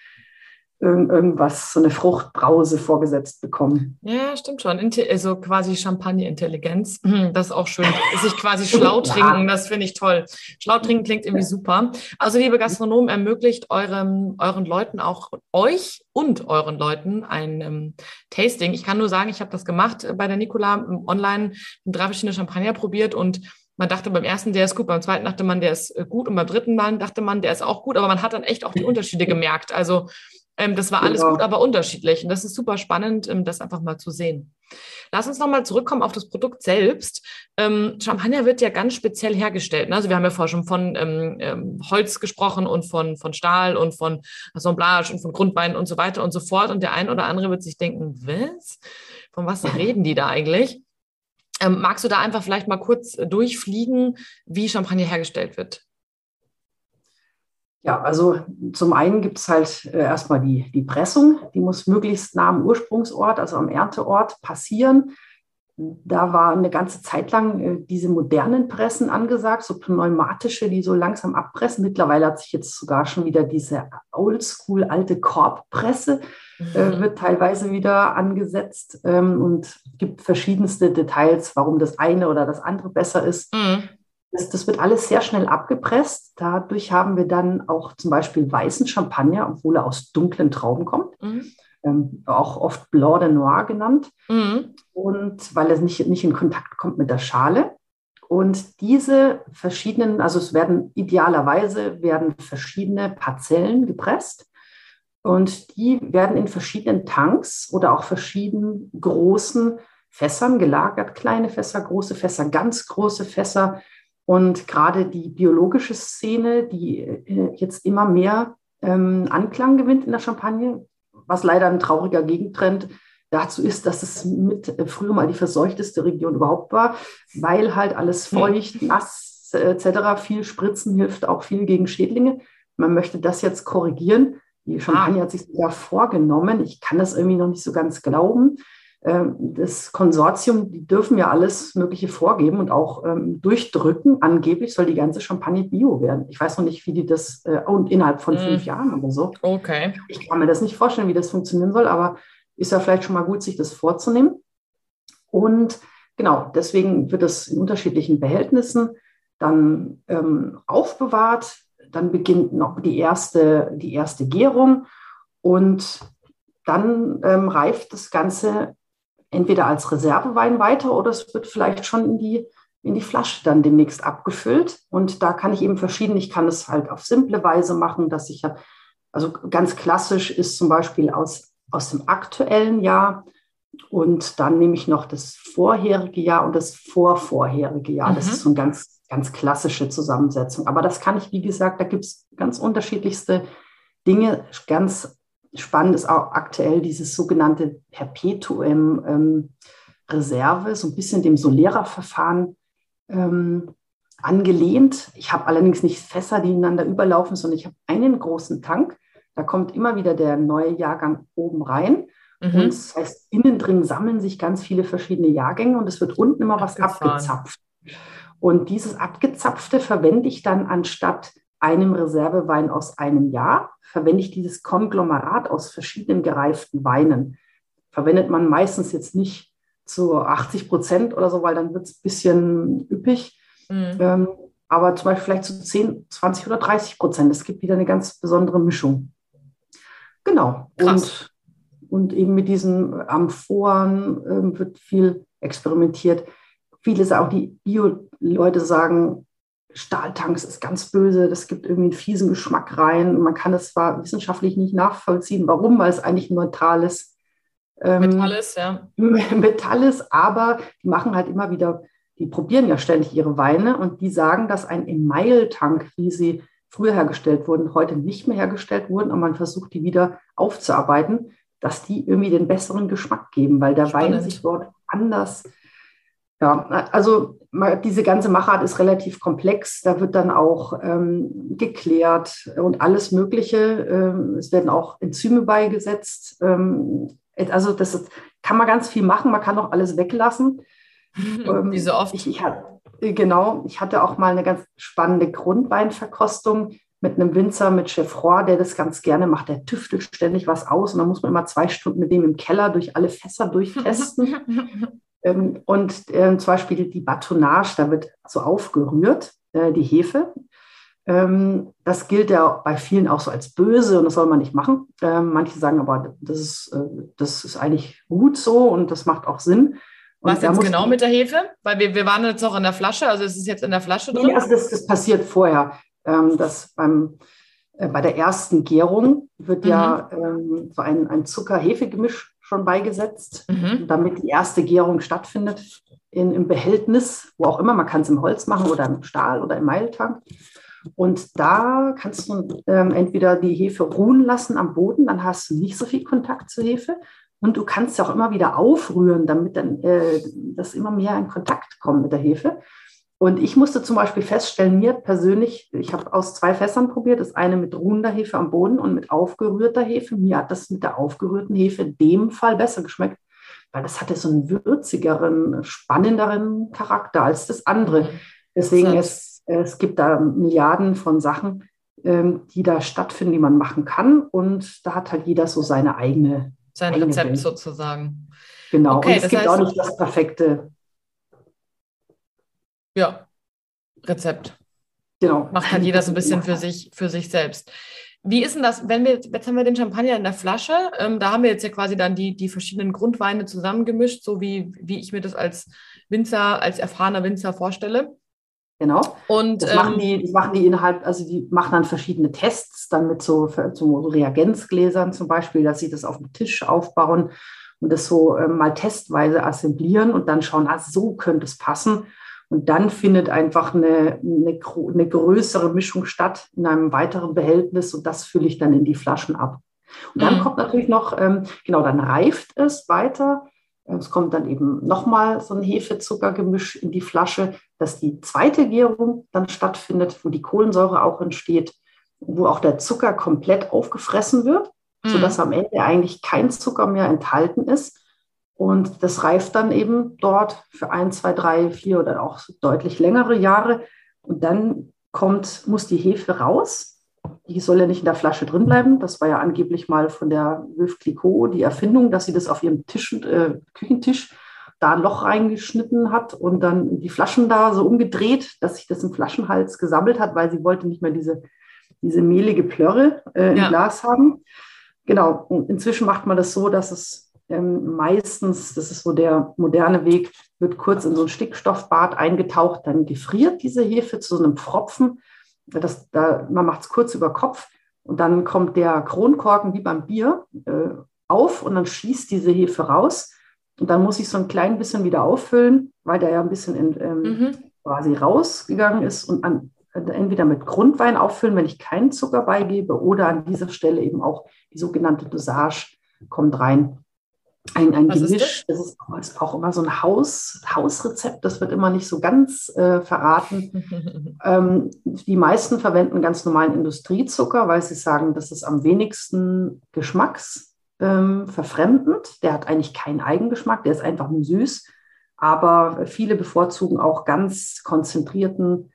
irgendwas, so eine Fruchtbrause vorgesetzt bekommen. Ja, stimmt schon. Also quasi Champagner-Intelligenz. Das ist auch schön. Sich quasi schlau trinken, das finde ich toll. Schlau trinken klingt irgendwie super. Also, liebe Gastronomen, ermöglicht euren Leuten auch euch und euren Leuten ein Tasting. Ich kann nur sagen, ich habe das gemacht bei der Nicola online, 3 verschiedene Champagner probiert und man dachte beim ersten, der ist gut, beim zweiten dachte man, der ist gut und beim dritten Mal dachte man, der ist auch gut, aber man hat dann echt auch die Unterschiede gemerkt. Also das war alles gut, aber unterschiedlich. Und das ist super spannend, das einfach mal zu sehen. Lass uns nochmal zurückkommen auf das Produkt selbst. Champagner wird ja ganz speziell hergestellt. Ne? Also wir haben ja vorher schon von Holz gesprochen und von Stahl und von Assemblage und von Grundwein und so weiter und so fort. Und der ein oder andere wird sich denken, was? Von was reden die da eigentlich? Magst du da einfach vielleicht mal kurz durchfliegen, wie Champagner hergestellt wird? Ja, also zum einen gibt es halt erstmal die Pressung, die muss möglichst nah am Ursprungsort, also am Ernteort passieren. Da war eine ganze Zeit lang diese modernen Pressen angesagt, so pneumatische, die so langsam abpressen. Mittlerweile hat sich jetzt sogar schon wieder diese oldschool alte Korbpresse, wird teilweise wieder angesetzt und gibt verschiedenste Details, warum das eine oder das andere besser ist. Das wird alles sehr schnell abgepresst. Dadurch haben wir dann auch zum Beispiel weißen Champagner, obwohl er aus dunklen Trauben kommt. Auch oft Blanc de Noir genannt. Und weil er nicht in Kontakt kommt mit der Schale. Und diese verschiedenen, also idealerweise werden verschiedene Parzellen gepresst. Und die werden in verschiedenen Tanks oder auch verschiedenen großen Fässern gelagert. Kleine Fässer, große Fässer, ganz große Fässer. Und gerade die biologische Szene, die jetzt immer mehr Anklang gewinnt in der Champagne, was leider ein trauriger Gegentrend dazu ist, dass es früher mal die verseuchteste Region überhaupt war, weil halt alles feucht, nass etc. Viel Spritzen hilft auch viel gegen Schädlinge. Man möchte das jetzt korrigieren. Die Champagne hat sich sogar vorgenommen. Ich kann das irgendwie noch nicht so ganz glauben. Das Konsortium, die dürfen ja alles Mögliche vorgeben und auch durchdrücken. Angeblich soll die ganze Champagne Bio werden. Ich weiß noch nicht, wie die das, und innerhalb von 5 Jahren oder so. Okay. Ich kann mir das nicht vorstellen, wie das funktionieren soll, aber ist ja vielleicht schon mal gut, sich das vorzunehmen. Und genau, deswegen wird es in unterschiedlichen Behältnissen dann aufbewahrt. Dann beginnt noch die erste Gärung und dann reift das Ganze entweder als Reservewein weiter oder es wird vielleicht schon in die Flasche dann demnächst abgefüllt. Und da kann ich eben ich kann es halt auf simple Weise machen, dass ich also ganz klassisch ist zum Beispiel aus dem aktuellen Jahr und dann nehme ich noch das vorherige Jahr und das vorvorherige Jahr. Das ist so eine ganz, ganz klassische Zusammensetzung. Aber das kann ich, wie gesagt, da gibt es ganz unterschiedlichste Dinge. Ganz spannend ist auch aktuell dieses sogenannte Perpetuum-Reserve, so ein bisschen dem Solera-Verfahren angelehnt. Ich habe allerdings nicht Fässer, die ineinander überlaufen, sondern ich habe einen großen Tank. Da kommt immer wieder der neue Jahrgang oben rein. Und das heißt, innen drin sammeln sich ganz viele verschiedene Jahrgänge und es wird unten immer was abgezapft. Und dieses Abgezapfte verwende ich dann anstatt einem Reservewein aus einem Jahr verwende ich dieses Konglomerat aus verschiedenen gereiften Weinen. Verwendet man meistens jetzt nicht zu 80% oder so, weil dann wird es ein bisschen üppig. Aber zum Beispiel vielleicht zu 10, 20 oder 30%. Es gibt wieder eine ganz besondere Mischung. Genau. Krass. Und eben mit diesen Amphoren wird viel experimentiert. Viele, auch die Bio-Leute sagen, Stahltanks ist ganz böse, das gibt irgendwie einen fiesen Geschmack rein. Man kann es zwar wissenschaftlich nicht nachvollziehen, warum, weil es eigentlich ein neutrales Metall ist, ja. Metall ist, aber die machen halt immer wieder, die probieren ja ständig ihre Weine und die sagen, dass ein Email-Tank, wie sie früher hergestellt wurden, heute nicht mehr hergestellt wurden und man versucht, die wieder aufzuarbeiten, dass die irgendwie den besseren Geschmack geben, weil der Wein sich dort anders, ja, also diese ganze Machart ist relativ komplex, da wird dann auch geklärt und alles Mögliche. Es werden auch Enzyme beigesetzt. Also kann man ganz viel machen, man kann auch alles weglassen. Wie so oft. Ich hatte auch mal eine ganz spannende Grundweinverkostung mit einem Winzer, mit Chef Roy, der das ganz gerne macht. Der tüftelt ständig was aus und dann muss man immer 2 Stunden mit dem im Keller durch alle Fässer durchtesten. Zum Beispiel die Batonnage, da wird so aufgerührt, die Hefe. Das gilt ja bei vielen auch so als böse und das soll man nicht machen. Manche sagen aber, das ist eigentlich gut so und das macht auch Sinn. Und was jetzt genau mit der Hefe? Weil wir waren jetzt noch in der Flasche, also es ist jetzt in der Flasche drin? Nee, also das passiert vorher. Bei der ersten Gärung wird ja so ein Zucker-Hefe-Gemisch schon beigesetzt, damit die erste Gärung stattfindet im Behältnis, wo auch immer. Man kann es im Holz machen oder im Stahl oder im Mailtank. Und da kannst du entweder die Hefe ruhen lassen am Boden, dann hast du nicht so viel Kontakt zur Hefe. Und du kannst auch immer wieder aufrühren, damit dann das immer mehr in Kontakt kommt mit der Hefe. Und ich musste zum Beispiel feststellen, mir persönlich, ich habe aus 2 Fässern probiert, das eine mit ruhender Hefe am Boden und mit aufgerührter Hefe. Mir hat das mit der aufgerührten Hefe in dem Fall besser geschmeckt, weil das hatte so einen würzigeren, spannenderen Charakter als das andere. Deswegen, es gibt da Milliarden von Sachen, die da stattfinden, die man machen kann. Und da hat halt jeder so seine eigene sein Rezept Welt sozusagen. Genau, okay, und es gibt auch nicht das perfekte Rezept. Genau. Macht halt jeder so ein bisschen für sich selbst. Wie ist denn das, jetzt haben wir den Champagner in der Flasche, da haben wir jetzt ja quasi dann die verschiedenen Grundweine zusammengemischt, so wie ich mir das als Winzer, als erfahrener Winzer vorstelle. Genau. Und das machen die innerhalb, also die machen dann verschiedene Tests, dann mit so Reagenzgläsern zum Beispiel, dass sie das auf dem Tisch aufbauen und das so mal testweise assemblieren und dann schauen, so könnte es passen. Und dann findet einfach eine größere Mischung statt in einem weiteren Behältnis und das fülle ich dann in die Flaschen ab. Und dann kommt natürlich noch, dann reift es weiter. Es kommt dann eben nochmal so ein Hefe-Zucker-Gemisch in die Flasche, dass die zweite Gärung dann stattfindet, wo die Kohlensäure auch entsteht, wo auch der Zucker komplett aufgefressen wird, sodass am Ende eigentlich kein Zucker mehr enthalten ist. Und das reift dann eben dort für 1, 2, 3, 4 oder auch deutlich längere Jahre. Und dann muss die Hefe raus. Die soll ja nicht in der Flasche drin bleiben. Das war ja angeblich mal von der Veuve Clicquot die Erfindung, dass sie das auf ihrem Küchentisch da ein Loch reingeschnitten hat und dann die Flaschen da so umgedreht, dass sich das im Flaschenhals gesammelt hat, weil sie wollte nicht mehr diese mehlige Plörre im Glas haben. Genau, und inzwischen macht man das so, dass es meistens, das ist so der moderne Weg, wird kurz in so ein Stickstoffbad eingetaucht, dann gefriert diese Hefe zu so einem Pfropfen. Man macht es kurz über Kopf und dann kommt der Kronkorken wie beim Bier auf und dann schießt diese Hefe raus und dann muss ich so ein klein bisschen wieder auffüllen, weil der ja ein bisschen quasi rausgegangen ist und entweder mit Grundwein auffüllen, wenn ich keinen Zucker beigebe oder an dieser Stelle eben auch die sogenannte Dosage kommt rein. Ein Gemisch, das ist auch immer so ein Hausrezept, das wird immer nicht so ganz verraten. Die meisten verwenden ganz normalen Industriezucker, weil sie sagen, das ist am wenigsten geschmacksverfremdend. Der hat eigentlich keinen Eigengeschmack, der ist einfach nur süß. Aber viele bevorzugen auch ganz konzentrierten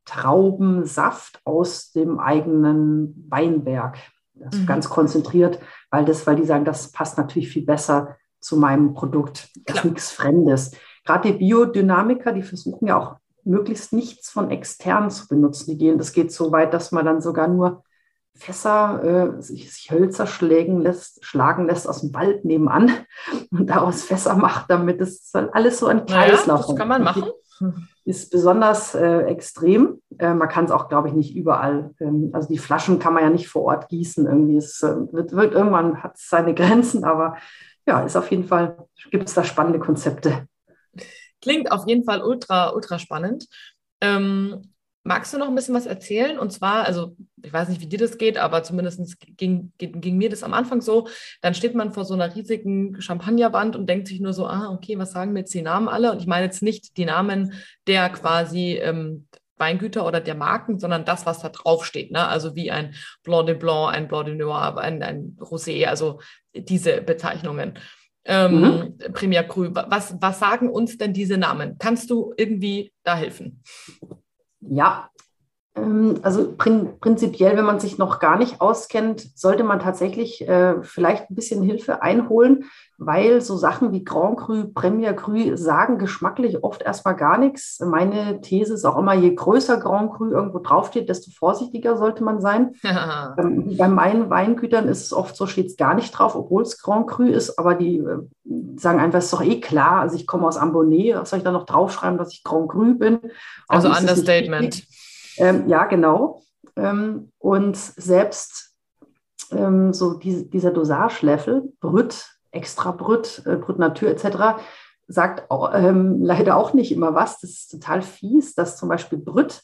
Traubensaft aus dem eigenen Weinberg. Das ist ganz konzentriert, weil die sagen, das passt natürlich viel besser zu meinem Produkt. Das ist nichts Fremdes. Gerade die Biodynamiker, die versuchen ja auch möglichst nichts von extern zu benutzen. Das geht so weit, dass man dann sogar nur Fässer, sich Hölzer schlagen lässt aus dem Wald nebenan und daraus Fässer macht, damit es alles so ein Kreislauf. Das kann man machen. Ist besonders extrem. Man kann es auch, glaube ich, nicht überall. Also die Flaschen kann man ja nicht vor Ort gießen. Irgendwie irgendwann hat es seine Grenzen, aber ja, ist auf jeden Fall, gibt es da spannende Konzepte. Klingt auf jeden Fall ultra, ultra spannend. Magst du noch ein bisschen was erzählen? Und zwar, also ich weiß nicht, wie dir das geht, aber zumindest ging mir das am Anfang so. Dann steht man vor so einer riesigen Champagnerwand und denkt sich nur so, okay, was sagen mir jetzt die Namen alle? Und ich meine jetzt nicht die Namen der quasi Weingüter oder der Marken, sondern das, was da drauf steht. Ne? Also wie ein Blanc de Blanc, ein Blanc de Noir, ein Rosé, also diese Bezeichnungen. Premier Cru. Was sagen uns denn diese Namen? Kannst du irgendwie da helfen? Ja, also prinzipiell, wenn man sich noch gar nicht auskennt, sollte man tatsächlich vielleicht ein bisschen Hilfe einholen, weil so Sachen wie Grand Cru, Premier Cru sagen geschmacklich oft erstmal gar nichts. Meine These ist auch immer, je größer Grand Cru irgendwo draufsteht, desto vorsichtiger sollte man sein. Bei meinen Weingütern ist es oft so, steht es gar nicht drauf, obwohl es Grand Cru ist, aber die sagen einfach, es ist doch eh klar, also ich komme aus Ambonnay, was soll ich da noch draufschreiben, dass ich Grand Cru bin? Also Understatement. Ja, genau. Und selbst so dieser Dosage-Level, Brut, Extra Brut, Brut Natur etc., sagt leider auch nicht immer was. Das ist total fies, dass zum Beispiel Brut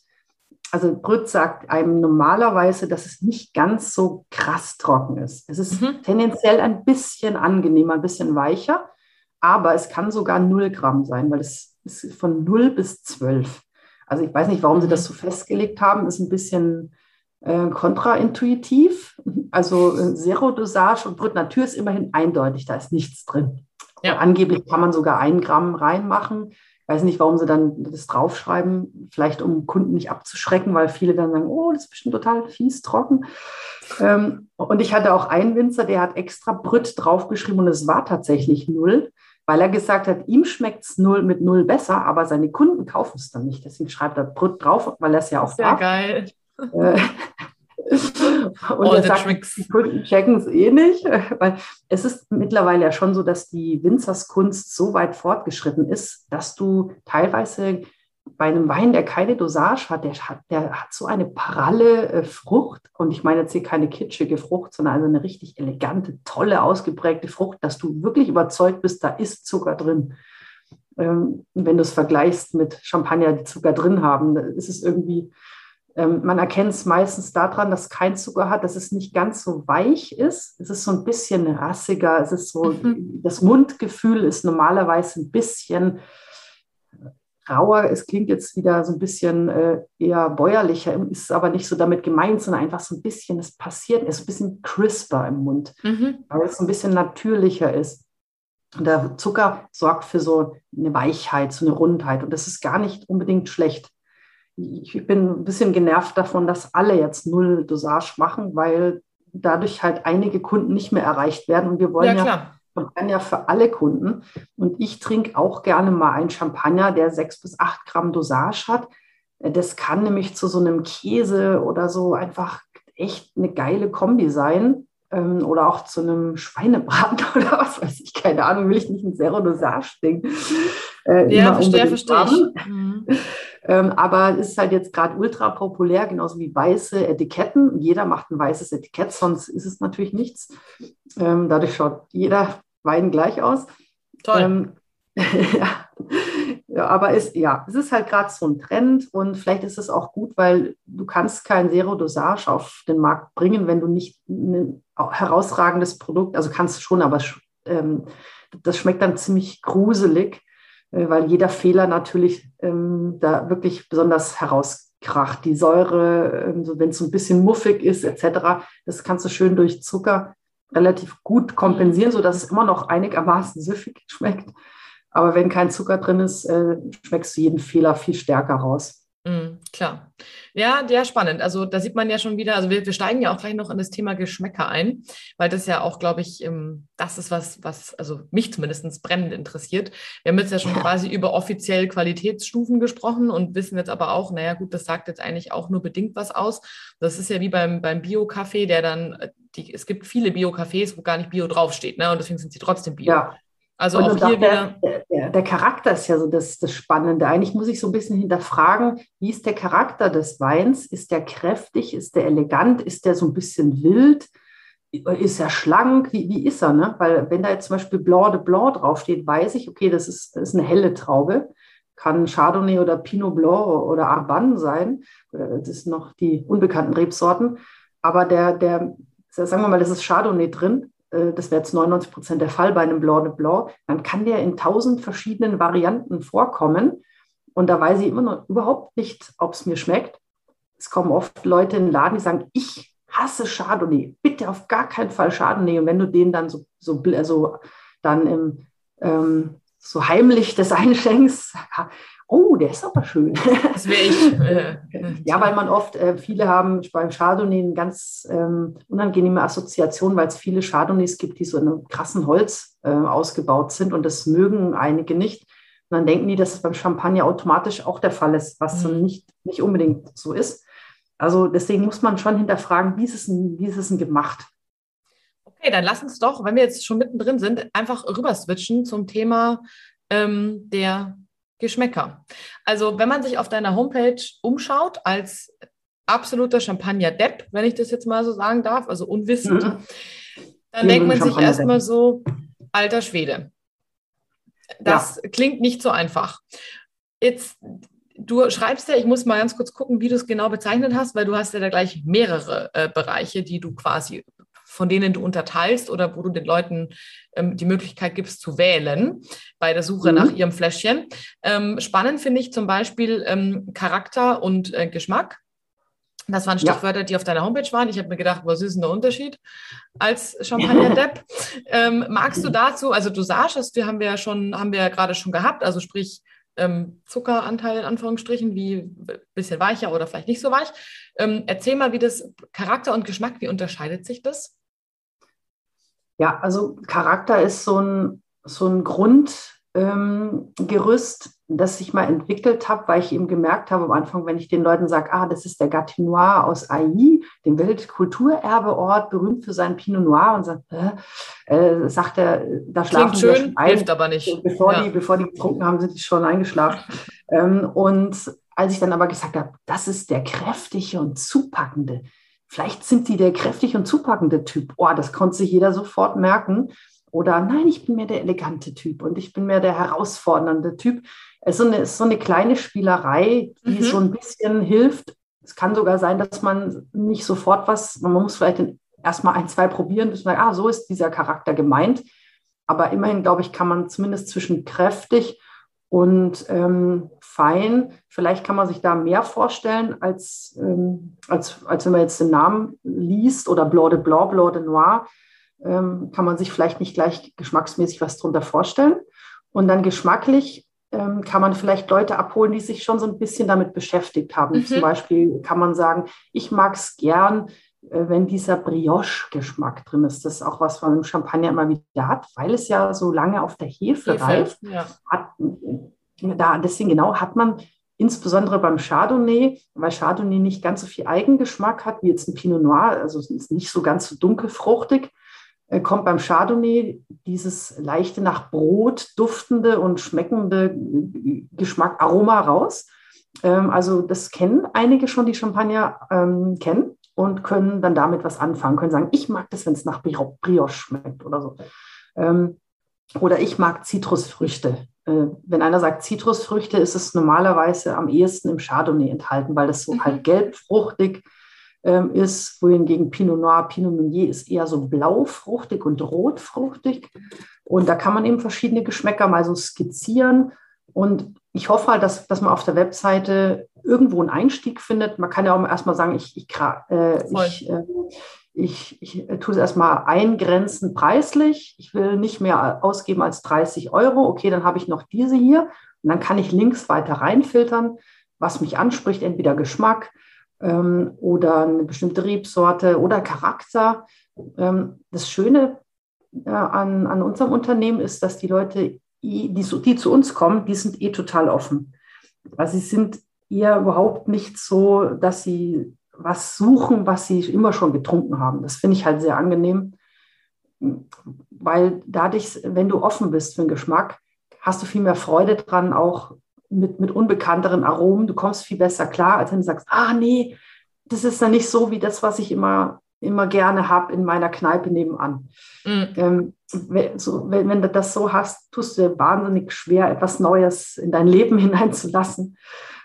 sagt einem normalerweise, dass es nicht ganz so krass trocken ist. Es ist tendenziell ein bisschen angenehmer, ein bisschen weicher, aber es kann sogar 0 Gramm sein, weil es ist von 0 bis 12. Also ich weiß nicht, warum sie das so festgelegt haben, ist ein bisschen kontraintuitiv. Also Zero-Dosage und Brut Natur ist immerhin eindeutig, da ist nichts drin. Ja. Und angeblich kann man sogar 1 Gramm reinmachen. Ich weiß nicht, warum sie dann das draufschreiben, vielleicht um Kunden nicht abzuschrecken, weil viele dann sagen, oh, das ist bestimmt total fies trocken. Und ich hatte auch einen Winzer, der hat extra Brut draufgeschrieben und es war tatsächlich 0. Weil er gesagt hat, ihm schmeckt es mit 0 besser, aber seine Kunden kaufen es dann nicht. Deswegen schreibt er Brut drauf, weil er es ja auch darf. Sehr geil. Und er sagt, die Kunden checken es eh nicht, weil es ist mittlerweile ja schon so, dass die Winzerskunst so weit fortgeschritten ist, dass du teilweise bei einem Wein, der keine Dosage hat, der hat so eine pralle Frucht. Und ich meine jetzt hier keine kitschige Frucht, sondern also eine richtig elegante, tolle, ausgeprägte Frucht, dass du wirklich überzeugt bist, da ist Zucker drin. Wenn du es vergleichst mit Champagner, die Zucker drin haben, dann ist es irgendwie, man erkennt es meistens daran, dass kein Zucker hat, dass es nicht ganz so weich ist. Es ist so ein bisschen rassiger. Es ist so, das Mundgefühl ist normalerweise ein bisschen rauer, es klingt jetzt wieder so ein bisschen eher bäuerlicher, ist aber nicht so damit gemeint, sondern einfach so ein bisschen, es passiert, es ist ein bisschen crisper im Mund, weil es so ein bisschen natürlicher ist. Und der Zucker sorgt für so eine Weichheit, so eine Rundheit und das ist gar nicht unbedingt schlecht. Ich bin ein bisschen genervt davon, dass alle jetzt 0 Dosage machen, weil dadurch halt einige Kunden nicht mehr erreicht werden und wir wollen ja für alle Kunden. Und ich trinke auch gerne mal einen Champagner, der 6 bis 8 Gramm Dosage hat. Das kann nämlich zu so einem Käse oder so einfach echt eine geile Kombi sein. Oder auch zu einem Schweinebraten oder was weiß ich, keine Ahnung, will ich nicht ein Zero-Dosage-Ding. Verstehe ich. Aber es ist halt jetzt gerade ultra populär, genauso wie weiße Etiketten. Jeder macht ein weißes Etikett, sonst ist es natürlich nichts. Dadurch schaut jeder Wein gleich aus. Toll. Ja, aber es ist halt gerade so ein Trend und vielleicht ist es auch gut, weil du kannst kein Zero-Dosage auf den Markt bringen, wenn du nicht ein herausragendes Produkt, also kannst du schon, aber das schmeckt dann ziemlich gruselig, weil jeder Fehler natürlich da wirklich besonders herauskracht. Die Säure, wenn es so ein bisschen muffig ist etc., das kannst du schön durch Zucker relativ gut kompensieren, sodass es immer noch einigermaßen süffig schmeckt. Aber wenn kein Zucker drin ist, schmeckst du jeden Fehler viel stärker raus. Klar. Ja, ja, spannend. Also da sieht man ja schon wieder, also wir steigen ja auch gleich noch in das Thema Geschmäcker ein, weil das ja auch, glaube ich, das ist was also mich zumindest brennend interessiert. Wir haben jetzt ja schon quasi über offiziell Qualitätsstufen gesprochen und wissen jetzt aber auch, naja gut, das sagt jetzt eigentlich auch nur bedingt was aus. Das ist ja wie beim Bio-Kaffee, der dann, es gibt viele Bio-Cafés, wo gar nicht Bio draufsteht, ne? Und deswegen sind sie trotzdem Bio. Ja. Also Und auch hier auch wieder. der Charakter ist ja so das Spannende. Eigentlich muss ich so ein bisschen hinterfragen, wie ist der Charakter des Weins? Ist der kräftig? Ist der elegant? Ist der so ein bisschen wild? Ist er schlank? Wie ist er? Ne? Weil wenn da jetzt zum Beispiel Blanc de Blanc draufsteht, weiß ich, okay, das ist eine helle Traube. Kann Chardonnay oder Pinot Blanc oder Arbanne sein. Das sind noch die unbekannten Rebsorten. Aber sagen wir mal, das ist Chardonnay drin. Das wäre jetzt 99% der Fall bei einem Blanc de Blanc. Dann kann der in 1000 verschiedenen Varianten vorkommen. Und da weiß ich immer noch überhaupt nicht, ob es mir schmeckt. Es kommen oft Leute in den Laden, die sagen, ich hasse Chardonnay. Bitte auf gar keinen Fall Chardonnay. Und wenn du den dann so heimlich das einschenkst, oh, der ist aber schön. Das wäre ich. Ja, weil man oft, viele haben beim Chardonnay eine ganz unangenehme Assoziation, weil es viele Chardonnays gibt, die so in einem krassen Holz ausgebaut sind und das mögen einige nicht. Und dann denken die, dass es beim Champagner automatisch auch der Fall ist, was so nicht unbedingt so ist. Also deswegen muss man schon hinterfragen, wie ist es denn gemacht? Okay, dann lass uns doch, wenn wir jetzt schon mittendrin sind, einfach rüber switchen zum Thema der Geschmäcker. Also wenn man sich auf deiner Homepage umschaut als absoluter Champagner-Depp, wenn ich das jetzt mal so sagen darf, also unwissend, dann denkt man sich erstmal so, alter Schwede. Das klingt nicht so einfach. Jetzt, du schreibst ja, ich muss mal ganz kurz gucken, wie du es genau bezeichnet hast, weil du hast ja da gleich mehrere Bereiche, die du quasi, von denen du unterteilst oder wo du den Leuten die Möglichkeit gibst zu wählen bei der Suche nach ihrem Fläschchen. Spannend finde ich zum Beispiel Charakter und Geschmack. Das waren Stichwörter, die auf deiner Homepage waren. Ich habe mir gedacht, was ist denn der Unterschied als Champagner-Depp? Magst du dazu, also Dosage, haben wir ja gerade schon gehabt, also sprich Zuckeranteil in Anführungsstrichen, wie ein bisschen weicher oder vielleicht nicht so weich. Erzähl mal, wie das Charakter und Geschmack, wie unterscheidet sich das? Ja, also Charakter ist so ein Grundgerüst, das ich mal entwickelt habe, weil ich eben gemerkt habe am Anfang, wenn ich den Leuten sage, das ist der Gatinois aus Ailly, dem Weltkulturerbeort, berühmt für seinen Pinot Noir, und sagt er, da schlafen klingt die ja schön, schon ein. Hilft aber nicht. Bevor die getrunken haben, sind die schon eingeschlafen. Und als ich dann aber gesagt habe, das ist der kräftige und zupackende, vielleicht sind die der kräftig und zupackende Typ. Das konnte sich jeder sofort merken. Oder nein, ich bin mehr der elegante Typ und ich bin mehr der herausfordernde Typ. Es ist so eine kleine Spielerei, die so ein bisschen hilft. Es kann sogar sein, dass man nicht sofort man muss vielleicht erstmal 1, 2 probieren, bis man sagt, so ist dieser Charakter gemeint. Aber immerhin, glaube ich, kann man zumindest zwischen kräftig und fein, vielleicht kann man sich da mehr vorstellen, als wenn man jetzt den Namen liest oder Blanc de Blanc, Blanc de Noir, kann man sich vielleicht nicht gleich geschmacksmäßig was drunter vorstellen. Und dann geschmacklich kann man vielleicht Leute abholen, die sich schon so ein bisschen damit beschäftigt haben. Zum Beispiel kann man sagen, ich mag es gern, wenn dieser Brioche-Geschmack drin ist. Das ist auch was, was man im Champagner immer wieder hat, weil es ja so lange auf der Hefe reift. Ja. Deswegen genau hat man insbesondere beim Chardonnay, weil Chardonnay nicht ganz so viel Eigengeschmack hat wie jetzt ein Pinot Noir, also es ist nicht so ganz so dunkelfruchtig, kommt beim Chardonnay dieses leichte nach Brot duftende und schmeckende Geschmack, Aroma raus. Also das kennen einige schon, die Champagner kennen und können dann damit was anfangen, können sagen, ich mag das, wenn es nach Brioche schmeckt oder so. Oder ich mag Zitrusfrüchte. Wenn einer sagt Zitrusfrüchte, ist es normalerweise am ehesten im Chardonnay enthalten, weil das so halt gelbfruchtig ist, wohingegen Pinot Noir, Pinot Meunier ist eher so blaufruchtig und rotfruchtig. Und da kann man eben verschiedene Geschmäcker mal so skizzieren. Und ich hoffe halt, dass man auf der Webseite irgendwo einen Einstieg findet. Man kann ja auch erstmal sagen, ich tue es erstmal eingrenzen preislich. Ich will nicht mehr ausgeben als 30 Euro. Okay, dann habe ich noch diese hier. Und dann kann ich links weiter reinfiltern. was mich anspricht, entweder Geschmack oder eine bestimmte Rebsorte oder Charakter. Das Schöne an unserem Unternehmen ist, dass die Leute, die zu uns kommen, die sind total offen. Also sie sind eher überhaupt nicht so, dass sie was suchen, was sie immer schon getrunken haben. Das finde ich halt sehr angenehm, weil dadurch, wenn du offen bist für den Geschmack, hast du viel mehr Freude dran, auch mit unbekannteren Aromen. Du kommst viel besser klar, als wenn du sagst, nee, das ist dann nicht so wie das, was ich immer gerne habe in meiner Kneipe nebenan. Wenn du das so hast, tust du dir wahnsinnig schwer, etwas Neues in dein Leben hineinzulassen.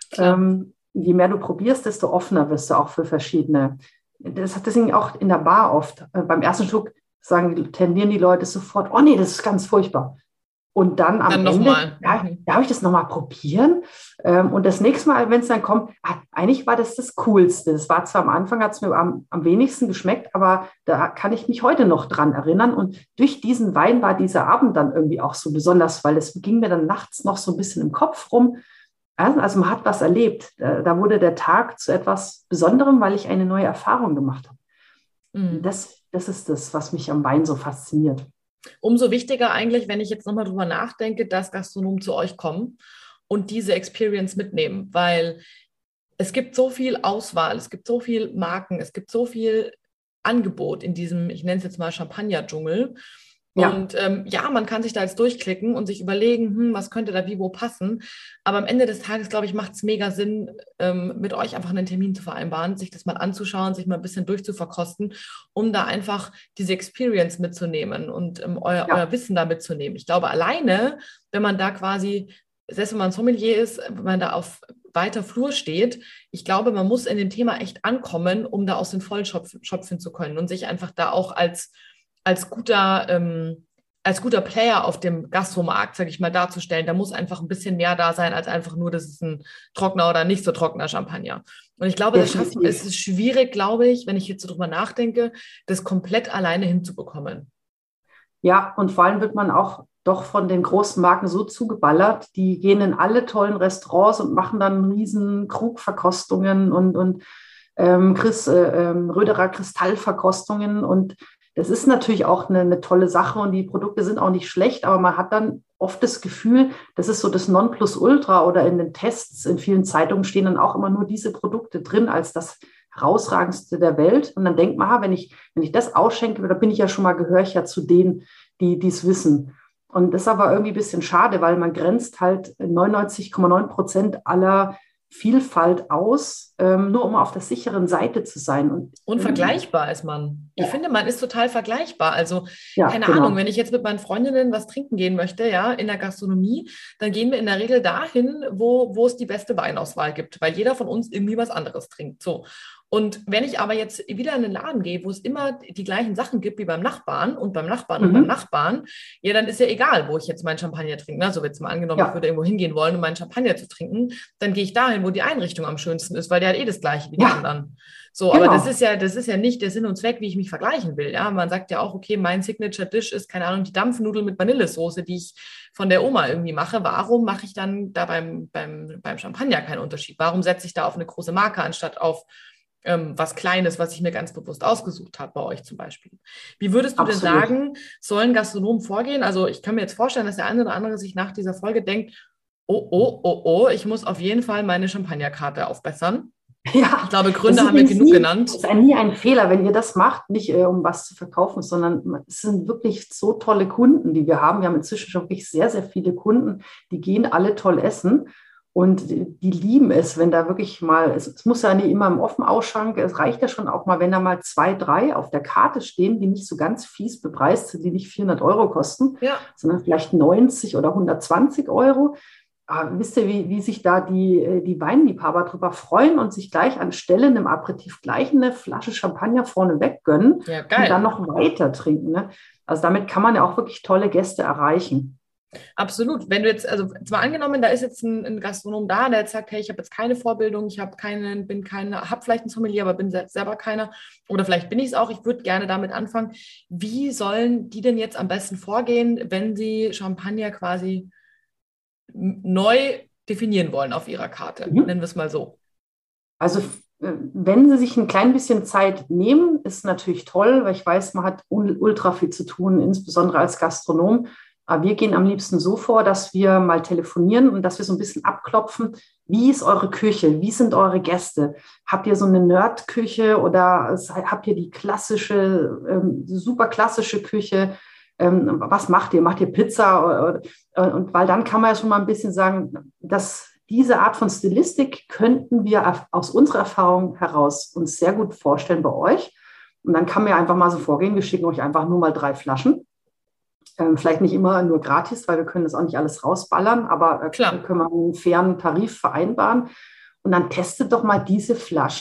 Je mehr du probierst, desto offener wirst du auch für verschiedene. Das hat deswegen auch in der Bar oft. Beim ersten Schluck tendieren die Leute sofort, oh nee, das ist ganz furchtbar. Und dann am Ende, darf ich das nochmal probieren? Und das nächste Mal, wenn es dann kommt, eigentlich war das Coolste. Das war zwar am Anfang, hat es mir am wenigsten geschmeckt, aber da kann ich mich heute noch dran erinnern. Und durch diesen Wein war dieser Abend dann irgendwie auch so besonders, weil es ging mir dann nachts noch so ein bisschen im Kopf rum. Also man hat was erlebt. Da wurde der Tag zu etwas Besonderem, weil ich eine neue Erfahrung gemacht habe. Das ist das, was mich am Wein so fasziniert. Umso wichtiger eigentlich, wenn ich jetzt nochmal drüber nachdenke, dass Gastronomen zu euch kommen und diese Experience mitnehmen, weil es gibt so viel Auswahl, es gibt so viel Marken, es gibt so viel Angebot in diesem, ich nenne es jetzt mal Champagner-Dschungel. Ja. Und man kann sich da jetzt durchklicken und sich überlegen, was könnte da wie wo passen. Aber am Ende des Tages, glaube ich, macht es mega Sinn, mit euch einfach einen Termin zu vereinbaren, sich das mal anzuschauen, sich mal ein bisschen durchzuverkosten, um da einfach diese Experience mitzunehmen und euer Wissen da mitzunehmen. Ich glaube, alleine, wenn man da quasi, selbst wenn man Sommelier ist, wenn man da auf weiter Flur steht, ich glaube, man muss in dem Thema echt ankommen, um da aus den Vollen schöpfen zu können und sich einfach da auch als guter Player auf dem Gastromarkt, sage ich mal, darzustellen. Da muss einfach ein bisschen mehr da sein, als einfach nur, das ist ein trockener oder nicht so trockener Champagner. Und ich glaube, es ist schwierig, glaube ich, wenn ich jetzt so drüber nachdenke, das komplett alleine hinzubekommen. Ja, und vor allem wird man auch doch von den großen Marken so zugeballert, die gehen in alle tollen Restaurants und machen dann riesen Krugverkostungen und Röderer Kristallverkostungen, und das ist natürlich auch eine tolle Sache und die Produkte sind auch nicht schlecht, aber man hat dann oft das Gefühl, das ist so das Nonplusultra, oder in den Tests in vielen Zeitungen stehen dann auch immer nur diese Produkte drin als das herausragendste der Welt. Und dann denkt man, wenn ich das ausschenke, da bin ich ja schon mal Gehörcher zu denen, die es wissen. Und das ist aber irgendwie ein bisschen schade, weil man grenzt halt 99,9% aller Vielfalt aus, nur um auf der sicheren Seite zu sein. Und vergleichbar ist man. Ich finde, man ist total vergleichbar. Also, keine Ahnung, wenn ich jetzt mit meinen Freundinnen was trinken gehen möchte, in der Gastronomie, dann gehen wir in der Regel dahin, wo es die beste Weinauswahl gibt, weil jeder von uns irgendwie was anderes trinkt. So. Und wenn ich aber jetzt wieder in den Laden gehe, wo es immer die gleichen Sachen gibt wie beim Nachbarn und beim Nachbarn und beim Nachbarn, dann ist ja egal, wo ich jetzt meinen Champagner trinke. Also jetzt mal angenommen, ich würde irgendwo hingehen wollen, um meinen Champagner zu trinken, dann gehe ich dahin, wo die Einrichtung am schönsten ist, weil der hat das Gleiche wie die anderen. So, aber das ist ja nicht der Sinn und Zweck, wie ich mich vergleichen will. Ja, man sagt ja auch, okay, mein Signature-Dish ist, keine Ahnung, die Dampfnudel mit Vanillesoße, die ich von der Oma irgendwie mache. Warum mache ich dann da beim Champagner keinen Unterschied? Warum setze ich da auf eine große Marke anstatt auf was Kleines, was ich mir ganz bewusst ausgesucht habe, bei euch zum Beispiel? Wie würdest du denn sagen, sollen Gastronomen vorgehen? Also ich kann mir jetzt vorstellen, dass der eine oder andere sich nach dieser Folge denkt, ich muss auf jeden Fall meine Champagnerkarte aufbessern. Ja, ich glaube, Gründe haben wir genug genannt. Es ist nie ein Fehler, wenn ihr das macht, nicht um was zu verkaufen, sondern es sind wirklich so tolle Kunden, die wir haben. Wir haben inzwischen schon wirklich sehr, sehr viele Kunden, die gehen alle toll essen. Und die lieben es, wenn da wirklich mal, es muss ja nicht immer im Offenausschank, es reicht ja schon auch mal, wenn da mal 2, 3 auf der Karte stehen, die nicht so ganz fies bepreist sind, die nicht 400 Euro kosten, sondern vielleicht 90 oder 120 Euro. Aber wisst ihr, wie sich da die Weinliebhaber drüber freuen und sich gleich anstelle einem Aperitif gleich eine Flasche Champagner vorne weg gönnen und dann noch weiter trinken. Ne? Also damit kann man ja auch wirklich tolle Gäste erreichen. Absolut. Wenn du jetzt, also mal angenommen, da ist jetzt ein Gastronom da, der jetzt sagt, hey, ich habe jetzt keine Vorbildung, ich habe vielleicht einen Sommelier, aber bin selber keiner, oder vielleicht bin ich es auch, ich würde gerne damit anfangen. Wie sollen die denn jetzt am besten vorgehen, wenn sie Champagner quasi neu definieren wollen auf ihrer Karte. Nennen wir es mal so. Also wenn Sie sich ein klein bisschen Zeit nehmen, ist natürlich toll, weil ich weiß, man hat ultra viel zu tun, insbesondere als Gastronom. Aber wir gehen am liebsten so vor, dass wir mal telefonieren und dass wir so ein bisschen abklopfen, wie ist eure Küche, wie sind eure Gäste? Habt ihr so eine Nerd-Küche oder habt ihr die klassische, super klassische Küche? Was macht ihr? Macht ihr Pizza? Und weil dann kann man ja schon mal ein bisschen sagen, dass diese Art von Stilistik könnten wir aus unserer Erfahrung heraus uns sehr gut vorstellen bei euch. Und dann kann man ja einfach mal so vorgehen, wir schicken euch einfach nur mal 3 Flaschen. Vielleicht nicht immer nur gratis, weil wir können das auch nicht alles rausballern, aber können wir einen fairen Tarif vereinbaren. Und dann testet doch mal diese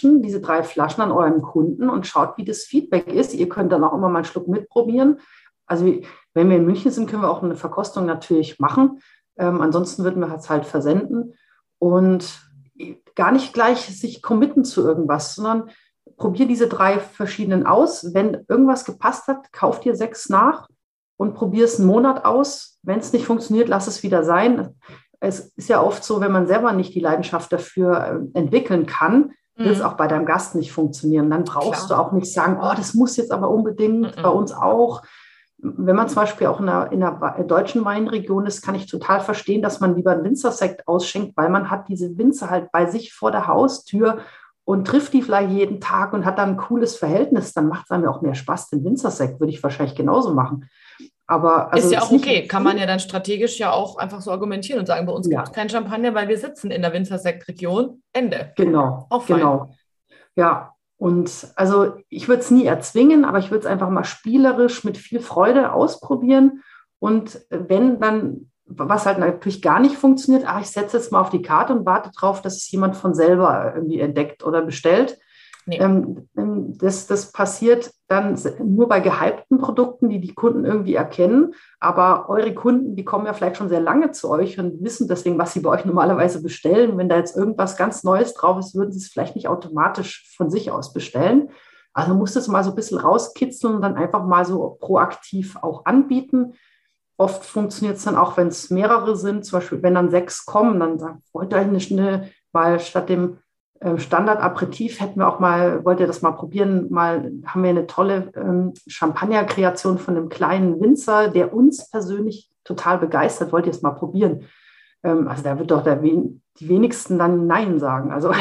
3 Flaschen an eurem Kunden und schaut, wie das Feedback ist. Ihr könnt dann auch immer mal einen Schluck mitprobieren. Also wenn wir in München sind, können wir auch eine Verkostung natürlich machen. Ansonsten würden wir es halt versenden. Und gar nicht gleich sich committen zu irgendwas, sondern probier diese 3 verschiedenen aus. Wenn irgendwas gepasst hat, kauf dir 6 nach und probier es einen Monat aus. Wenn es nicht funktioniert, lass es wieder sein. Es ist ja oft so, wenn man selber nicht die Leidenschaft dafür entwickeln kann, wird es auch bei deinem Gast nicht funktionieren. Dann brauchst du auch nicht sagen, oh, das muss jetzt aber unbedingt, bei uns auch. Wenn man zum Beispiel auch in einer deutschen Weinregion ist, kann ich total verstehen, dass man lieber einen Winzersekt ausschenkt, weil man hat diese Winzer halt bei sich vor der Haustür und trifft die vielleicht jeden Tag und hat dann ein cooles Verhältnis. Dann macht es einem ja auch mehr Spaß. Den Winzersekt würde ich wahrscheinlich genauso machen. Aber also ist ja auch okay. Kann man ja dann strategisch ja auch einfach so argumentieren und sagen, bei uns gibt es kein Champagner, weil wir sitzen in der Winzersektregion. Ende. Genau. Auch fein. Genau. Ja. Und also ich würde es nie erzwingen, aber ich würde es einfach mal spielerisch mit viel Freude ausprobieren. Und wenn dann, was halt natürlich gar nicht funktioniert, ich setze jetzt mal auf die Karte und warte drauf, dass es jemand von selber irgendwie entdeckt oder bestellt. Nee. Das passiert dann nur bei gehypten Produkten, die Kunden irgendwie erkennen. Aber eure Kunden, die kommen ja vielleicht schon sehr lange zu euch und wissen deswegen, was sie bei euch normalerweise bestellen. Wenn da jetzt irgendwas ganz Neues drauf ist, würden sie es vielleicht nicht automatisch von sich aus bestellen. Also man muss das mal so ein bisschen rauskitzeln und dann einfach mal so proaktiv auch anbieten. Oft funktioniert es dann auch, wenn es mehrere sind. Zum Beispiel, wenn dann 6 kommen, dann sagt, wollt ihr eigentlich weil statt dem Standard-Aperitif wollt ihr das mal probieren, haben wir eine tolle Champagner-Kreation von einem kleinen Winzer, der uns persönlich total begeistert, wollt ihr es mal probieren? Also da wird doch die wenigsten dann Nein sagen. Also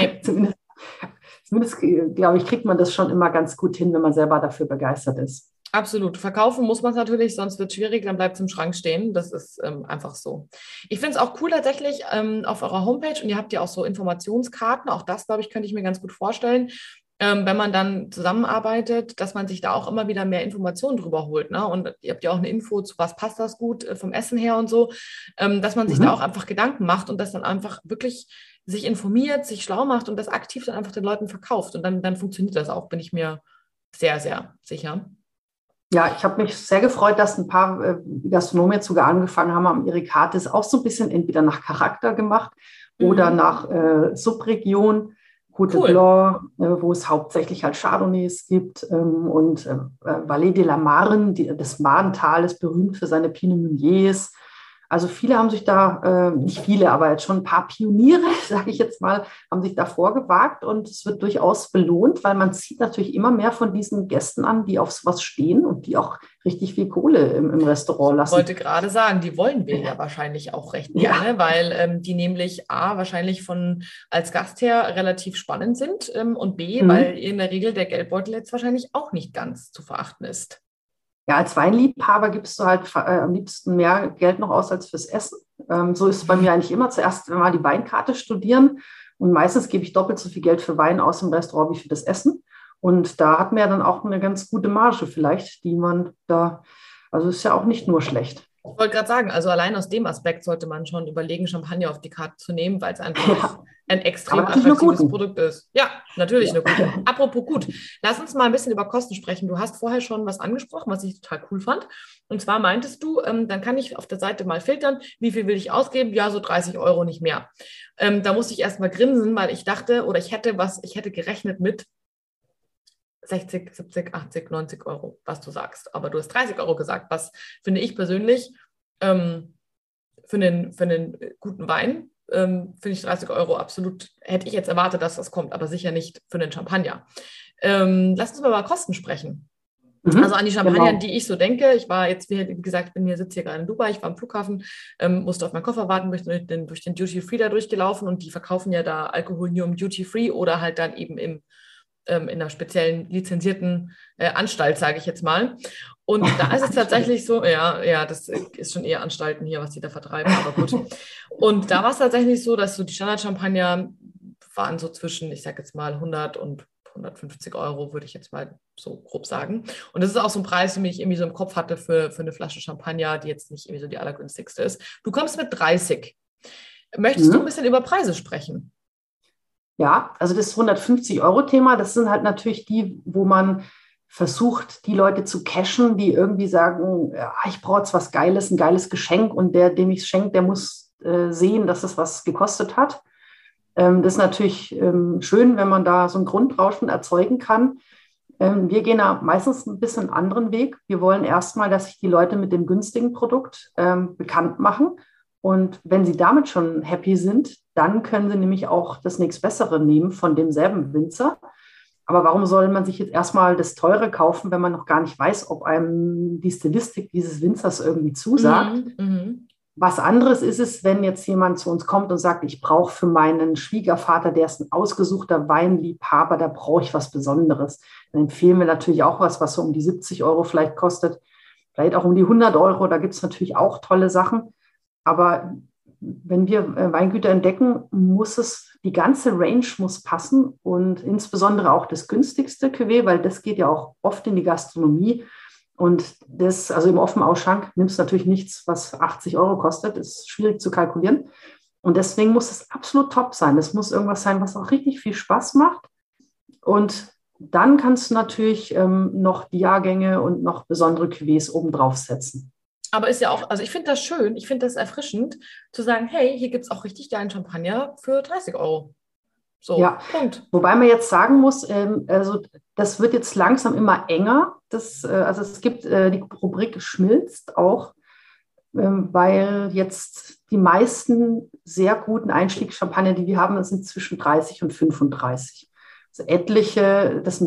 zumindest glaube ich, kriegt man das schon immer ganz gut hin, wenn man selber dafür begeistert ist. Absolut. Verkaufen muss man es natürlich, sonst wird es schwierig, dann bleibt es im Schrank stehen. Das ist einfach so. Ich finde es auch cool tatsächlich auf eurer Homepage und ihr habt ja auch so Informationskarten. Auch das, glaube ich, könnte ich mir ganz gut vorstellen, wenn man dann zusammenarbeitet, dass man sich da auch immer wieder mehr Informationen drüber holt. Ne? Und ihr habt ja auch eine Info zu, was passt das gut vom Essen her und so, dass man sich da auch einfach Gedanken macht und das dann einfach wirklich sich informiert, sich schlau macht und das aktiv dann einfach den Leuten verkauft. Und dann funktioniert das auch, bin ich mir sehr, sehr sicher. Ja, ich habe mich sehr gefreut, dass ein paar Gastronomen jetzt sogar angefangen haben ihre Karte ist auch so ein bisschen entweder nach Charakter gemacht oder nach Subregion. Côte de Blanc, wo es hauptsächlich halt Chardonnays gibt und Vallée de la Marne, das Marntal ist berühmt für seine Pinot Meuniers. Also viele haben sich da, nicht viele, aber jetzt schon ein paar Pioniere, sage ich jetzt mal, haben sich da vorgewagt und es wird durchaus belohnt, weil man zieht natürlich immer mehr von diesen Gästen an, die auf sowas stehen und die auch richtig viel Kohle im Restaurant lassen. Ich wollte gerade sagen, die wollen wir ja wahrscheinlich auch recht gerne, weil die nämlich A, wahrscheinlich als Gast her relativ spannend sind und B, weil in der Regel der Geldbeutel jetzt wahrscheinlich auch nicht ganz zu verachten ist. Ja, als Weinliebhaber gibst du halt am liebsten mehr Geld noch aus als fürs Essen. So ist es bei mir eigentlich immer. Zuerst mal die Weinkarte studieren und meistens gebe ich doppelt so viel Geld für Wein aus im Restaurant wie für das Essen. Und da hat man ja dann auch eine ganz gute Marge vielleicht, die man da, also ist ja auch nicht nur schlecht. Ich wollte gerade sagen, also allein aus dem Aspekt sollte man schon überlegen, Champagner auf die Karte zu nehmen, weil es einfach ein extrem attraktives Produkt ist. Ja, natürlich eine gute. Apropos gut, lass uns mal ein bisschen über Kosten sprechen. Du hast vorher schon was angesprochen, was ich total cool fand. Und zwar meintest du, dann kann ich auf der Seite mal filtern, wie viel will ich ausgeben? Ja, so 30 Euro, nicht mehr. Da musste ich erst mal grinsen, weil ich dachte, oder ich hätte gerechnet mit 60, 70, 80, 90 Euro, was du sagst. Aber du hast 30 Euro gesagt, was finde ich persönlich für einen guten Wein finde ich 30 Euro absolut, hätte ich jetzt erwartet, dass das kommt, aber sicher nicht für den Champagner. Lass uns mal über Kosten sprechen. Also an die Champagner, die ich so denke, ich war jetzt, wie gesagt, sitze hier gerade in Dubai, ich war am Flughafen, musste auf meinen Koffer warten, bin durch den Duty-Free da durchgelaufen und die verkaufen ja da Alkohol nur im Duty-Free oder halt dann eben in einer speziellen lizenzierten Anstalt, sage ich jetzt mal. Und da ist es tatsächlich so, ja, das ist schon eher Anstalten hier, was die da vertreiben, aber gut. Und da war es tatsächlich so, dass so die Standard-Champagner waren so zwischen, ich sage jetzt mal 100 und 150 Euro, würde ich jetzt mal so grob sagen. Und das ist auch so ein Preis, den ich irgendwie so im Kopf hatte für eine Flasche Champagner, die jetzt nicht irgendwie so die allergünstigste ist. Du kommst mit 30. Möchtest du ein bisschen über Preise sprechen? Ja, also das 150-Euro-Thema, das sind halt natürlich die, wo man versucht, die Leute zu cashen, die irgendwie sagen, ja, ich brauche jetzt was Geiles, ein geiles Geschenk und der, dem ich es schenke, der muss sehen, dass es was gekostet hat. Das ist natürlich schön, wenn man da so ein Grundrauschen erzeugen kann. Wir gehen da meistens ein bisschen einen anderen Weg. Wir wollen erstmal, dass sich die Leute mit dem günstigen Produkt bekannt machen. Und wenn sie damit schon happy sind, dann können sie nämlich auch das nächstbessere nehmen von demselben Winzer. Aber warum soll man sich jetzt erstmal das Teure kaufen, wenn man noch gar nicht weiß, ob einem die Stilistik dieses Winzers irgendwie zusagt? Was anderes ist es, wenn jetzt jemand zu uns kommt und sagt, ich brauche für meinen Schwiegervater, der ist ein ausgesuchter Weinliebhaber, da brauche ich was Besonderes. Dann empfehlen wir natürlich auch was so um die 70 Euro vielleicht kostet, vielleicht auch um die 100 Euro. Da gibt es natürlich auch tolle Sachen. Aber wenn wir Weingüter entdecken, die ganze Range muss passen und insbesondere auch das günstigste Cuvée, weil das geht ja auch oft in die Gastronomie. Und das, also im Offenausschank nimmst du natürlich nichts, was 80 Euro kostet. Das ist schwierig zu kalkulieren. Und deswegen muss es absolut top sein. Es muss irgendwas sein, was auch richtig viel Spaß macht. Und dann kannst du natürlich noch die Jahrgänge und noch besondere Cuvées obendrauf setzen. Aber ist ja auch, also ich finde das schön, ich finde das erfrischend, zu sagen, hey, hier gibt es auch richtig geilen Champagner für 30 Euro. So, ja, Punkt. Wobei man jetzt sagen muss, also das wird jetzt langsam immer enger. Also es gibt die Rubrik schmilzt auch, weil jetzt die meisten sehr guten Einstiegschampagner, die wir haben, das sind zwischen 30 und 35. Also etliche, das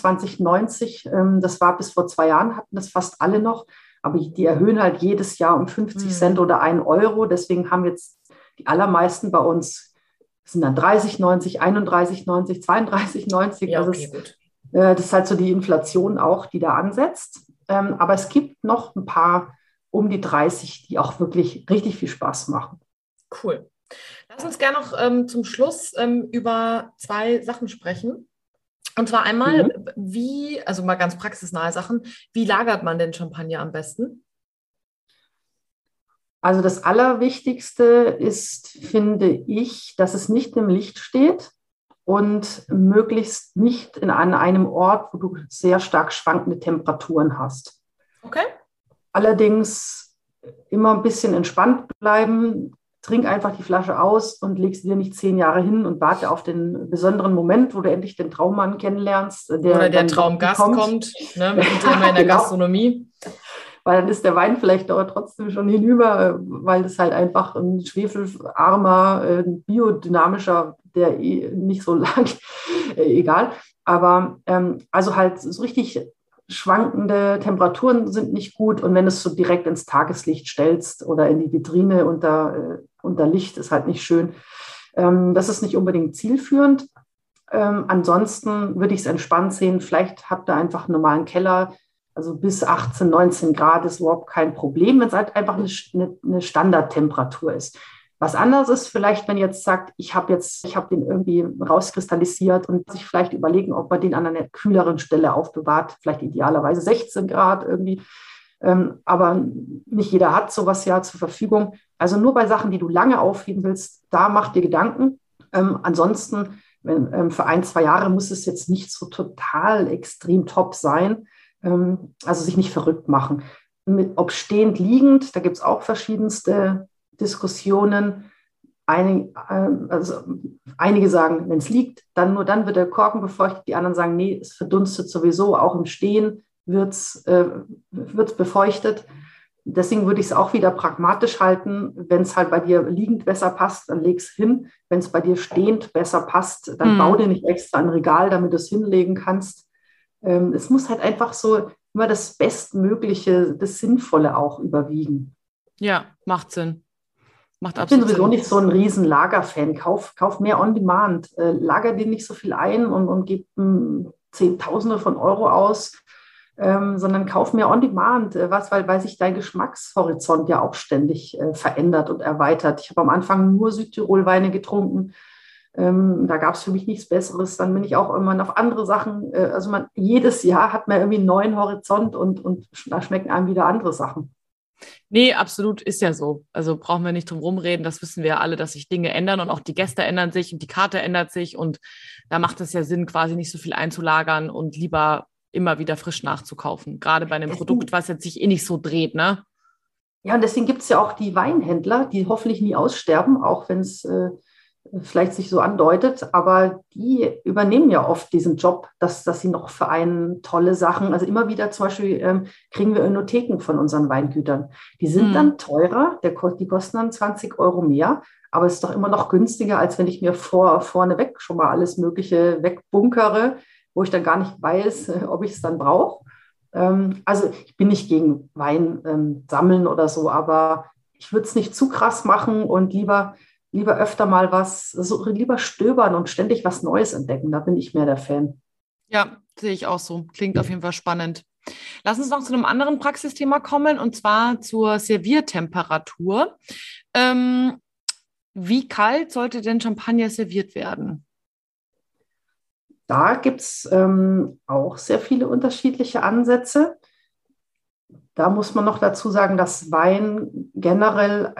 29,90, das war bis vor 2 Jahren, hatten das fast alle noch. Aber die erhöhen halt jedes Jahr um 50 Cent oder 1 Euro. Deswegen haben jetzt die allermeisten bei uns, das sind dann 30,90, 31,90, 32,90. Ja, okay, gut. Das ist halt so die Inflation auch, die da ansetzt. Aber es gibt noch ein paar um die 30, die auch wirklich richtig viel Spaß machen. Cool. Lass uns gerne noch zum Schluss über 2 Sachen sprechen. Und zwar einmal, also mal ganz praxisnahe Sachen, wie lagert man den Champagner am besten? Also das Allerwichtigste ist, finde ich, dass es nicht im Licht steht und möglichst nicht an einem Ort, wo du sehr stark schwankende Temperaturen hast. Okay. Allerdings immer ein bisschen entspannt bleiben. Trink einfach die Flasche aus und leg sie dir nicht 10 Jahre hin und warte auf den besonderen Moment, wo du endlich den Traummann kennenlernst. Oder der Traumgast kommt. Ne? Wir sind ja immer in der Gastronomie. Weil dann ist der Wein vielleicht aber trotzdem schon hinüber, weil das halt einfach ein schwefelarmer, biodynamischer, der nicht so lang, egal. Aber also halt so richtig schwankende Temperaturen sind nicht gut. Und wenn du es so direkt ins Tageslicht stellst oder in die Vitrine unter Licht, ist halt nicht schön. Das ist nicht unbedingt zielführend. Ansonsten würde ich es entspannt sehen. Vielleicht habt ihr einfach einen normalen Keller. Also bis 18, 19 Grad ist überhaupt kein Problem, wenn es halt einfach eine Standardtemperatur ist. Was anderes ist vielleicht, wenn ihr jetzt sagt, ich habe den irgendwie rauskristallisiert und sich vielleicht überlegen, ob man den an einer kühleren Stelle aufbewahrt, vielleicht idealerweise 16 Grad irgendwie. Aber nicht jeder hat sowas ja zur Verfügung. Also nur bei Sachen, die du lange aufheben willst, da mach dir Gedanken. Ansonsten, für 1, 2 Jahre muss es jetzt nicht so total extrem top sein. Also sich nicht verrückt machen. Ob stehend, liegend, da gibt es auch verschiedenste Diskussionen. Einige sagen, wenn es liegt, nur dann wird der Korken befeuchtet. Die anderen sagen, nee, es verdunstet sowieso. Auch im Stehen wird es befeuchtet. Deswegen würde ich es auch wieder pragmatisch halten. Wenn es halt bei dir liegend besser passt, dann leg es hin. Wenn es bei dir stehend besser passt, dann bau dir nicht extra ein Regal, damit du es hinlegen kannst. Es muss halt einfach so immer das Bestmögliche, das Sinnvolle auch überwiegen. Ja, macht Sinn. Macht Ich bin absolut sowieso Sinn. nicht so ein riesen Lagerfan. Kauf mehr on demand. Lager dir nicht so viel ein und gib Zehntausende von Euro aus, sondern kauf mehr on demand. Weil sich dein Geschmackshorizont ja auch ständig verändert und erweitert. Ich habe am Anfang nur Südtirol-Weine getrunken. Da gab es für mich nichts Besseres. Dann bin ich auch irgendwann auf andere Sachen. Jedes Jahr hat man irgendwie einen neuen Horizont und da schmecken einem wieder andere Sachen. Nee, absolut, ist ja so. Also brauchen wir nicht drum rumreden, das wissen wir ja alle, dass sich Dinge ändern und auch die Gäste ändern sich und die Karte ändert sich und da macht es ja Sinn, quasi nicht so viel einzulagern und lieber immer wieder frisch nachzukaufen. Gerade bei einem Produkt, was jetzt sich nicht so dreht, ne? Ja, und deswegen gibt es ja auch die Weinhändler, die hoffentlich nie aussterben, auch wenn es vielleicht sich so andeutet, aber die übernehmen ja oft diesen Job, dass sie noch für einen tolle Sachen, also immer wieder zum Beispiel kriegen wir Enotheken von unseren Weingütern. Die sind dann teurer, die kosten dann 20 Euro mehr, aber es ist doch immer noch günstiger, als wenn ich mir vorneweg schon mal alles Mögliche wegbunkere, wo ich dann gar nicht weiß, ob ich es dann brauche. Also ich bin nicht gegen Wein sammeln oder so, aber ich würde es nicht zu krass machen und lieber öfter mal lieber stöbern und ständig was Neues entdecken. Da bin ich mehr der Fan. Ja, sehe ich auch so. Klingt auf jeden Fall spannend. Lass uns noch zu einem anderen Praxisthema kommen, und zwar zur Serviertemperatur. Wie kalt sollte denn Champagner serviert werden? Da gibt es auch sehr viele unterschiedliche Ansätze. Da muss man noch dazu sagen, dass Wein generell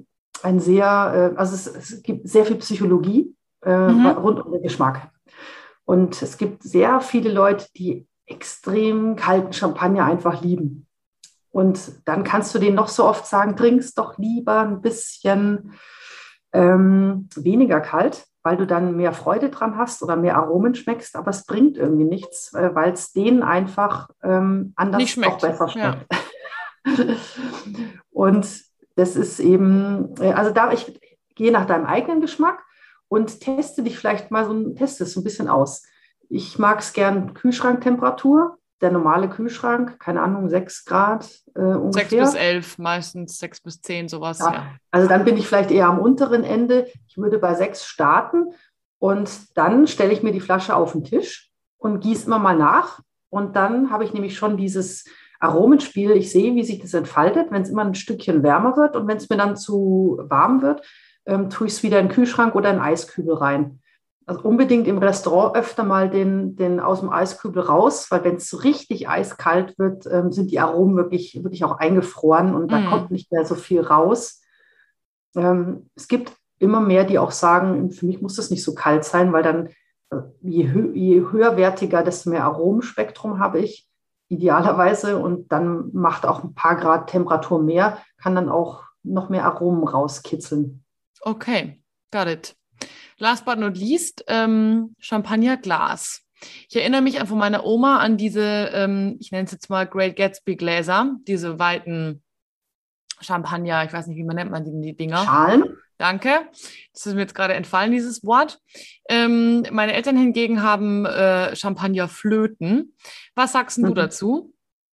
es gibt sehr viel Psychologie rund um den Geschmack. Und es gibt sehr viele Leute, die extrem kalten Champagner einfach lieben. Und dann kannst du denen noch so oft sagen, trink's doch lieber ein bisschen weniger kalt, weil du dann mehr Freude dran hast oder mehr Aromen schmeckst. Aber es bringt irgendwie nichts, weil es denen einfach anders auch besser schmeckt. Ja. Und das ist eben, ich gehe nach deinem eigenen Geschmack und teste dich vielleicht mal teste es so ein bisschen aus. Ich mag es gern Kühlschranktemperatur, der normale Kühlschrank, keine Ahnung, 6 Grad ungefähr. 6 bis 11, meistens 6 bis 10, sowas. Ja. Also dann bin ich vielleicht eher am unteren Ende. Ich würde bei 6 starten und dann stelle ich mir die Flasche auf den Tisch und gieße immer mal nach. Und dann habe ich nämlich schon dieses Aromenspiel. Ich sehe, wie sich das entfaltet, wenn es immer ein Stückchen wärmer wird. Und wenn es mir dann zu warm wird, tue ich es wieder in den Kühlschrank oder in den Eiskübel rein. Also unbedingt im Restaurant öfter mal den aus dem Eiskübel raus, weil wenn es so richtig eiskalt wird, sind die Aromen wirklich auch eingefroren und da kommt nicht mehr so viel raus. Es gibt immer mehr, die auch sagen, für mich muss das nicht so kalt sein, weil dann je höherwertiger, desto mehr Aromenspektrum habe ich idealerweise und dann macht auch ein paar Grad Temperatur mehr, kann dann auch noch mehr Aromen rauskitzeln. Okay, got it. Last but not least, Champagnerglas. Ich erinnere mich von meiner Oma an diese, ich nenne es jetzt mal Great Gatsby Gläser, diese weiten Champagner, ich weiß nicht, wie nennt man die Dinger? Schalen. Danke. Das ist mir jetzt gerade entfallen, dieses Wort. Meine Eltern hingegen haben Champagnerflöten. Was sagst du dazu?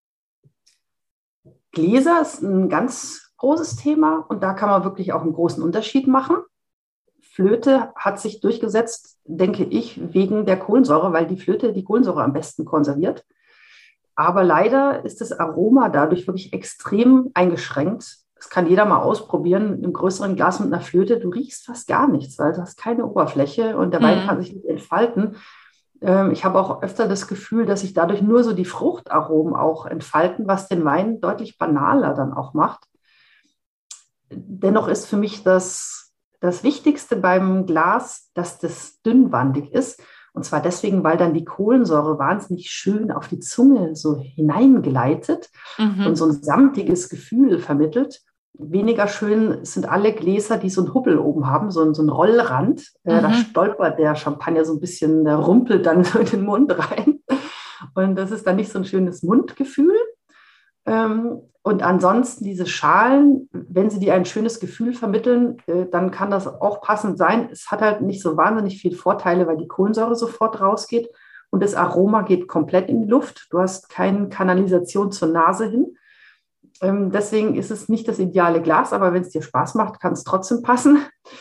Gläser ist ein ganz großes Thema und da kann man wirklich auch einen großen Unterschied machen. Flöte hat sich durchgesetzt, denke ich, wegen der Kohlensäure, weil die Flöte die Kohlensäure am besten konserviert. Aber leider ist das Aroma dadurch wirklich extrem eingeschränkt. Das kann jeder mal ausprobieren, im größeren Glas mit einer Flöte. Du riechst fast gar nichts, weil du hast keine Oberfläche und der Wein kann sich nicht entfalten. Ich habe auch öfter das Gefühl, dass sich dadurch nur so die Fruchtaromen auch entfalten, was den Wein deutlich banaler dann auch macht. Dennoch ist für mich das Wichtigste beim Glas, dass das dünnwandig ist. Und zwar deswegen, weil dann die Kohlensäure wahnsinnig schön auf die Zunge so hineingleitet und so ein samtiges Gefühl vermittelt. Weniger schön sind alle Gläser, die so einen Hubbel oben haben, so einen Rollrand. Da stolpert der Champagner so ein bisschen, der rumpelt dann so in den Mund rein. Und das ist dann nicht so ein schönes Mundgefühl. Und ansonsten diese Schalen, wenn sie dir ein schönes Gefühl vermitteln, dann kann das auch passend sein. Es hat halt nicht so wahnsinnig viele Vorteile, weil die Kohlensäure sofort rausgeht und das Aroma geht komplett in die Luft. Du hast keine Kanalisation zur Nase hin. Deswegen ist es nicht das ideale Glas, aber wenn es dir Spaß macht, kann es trotzdem passen.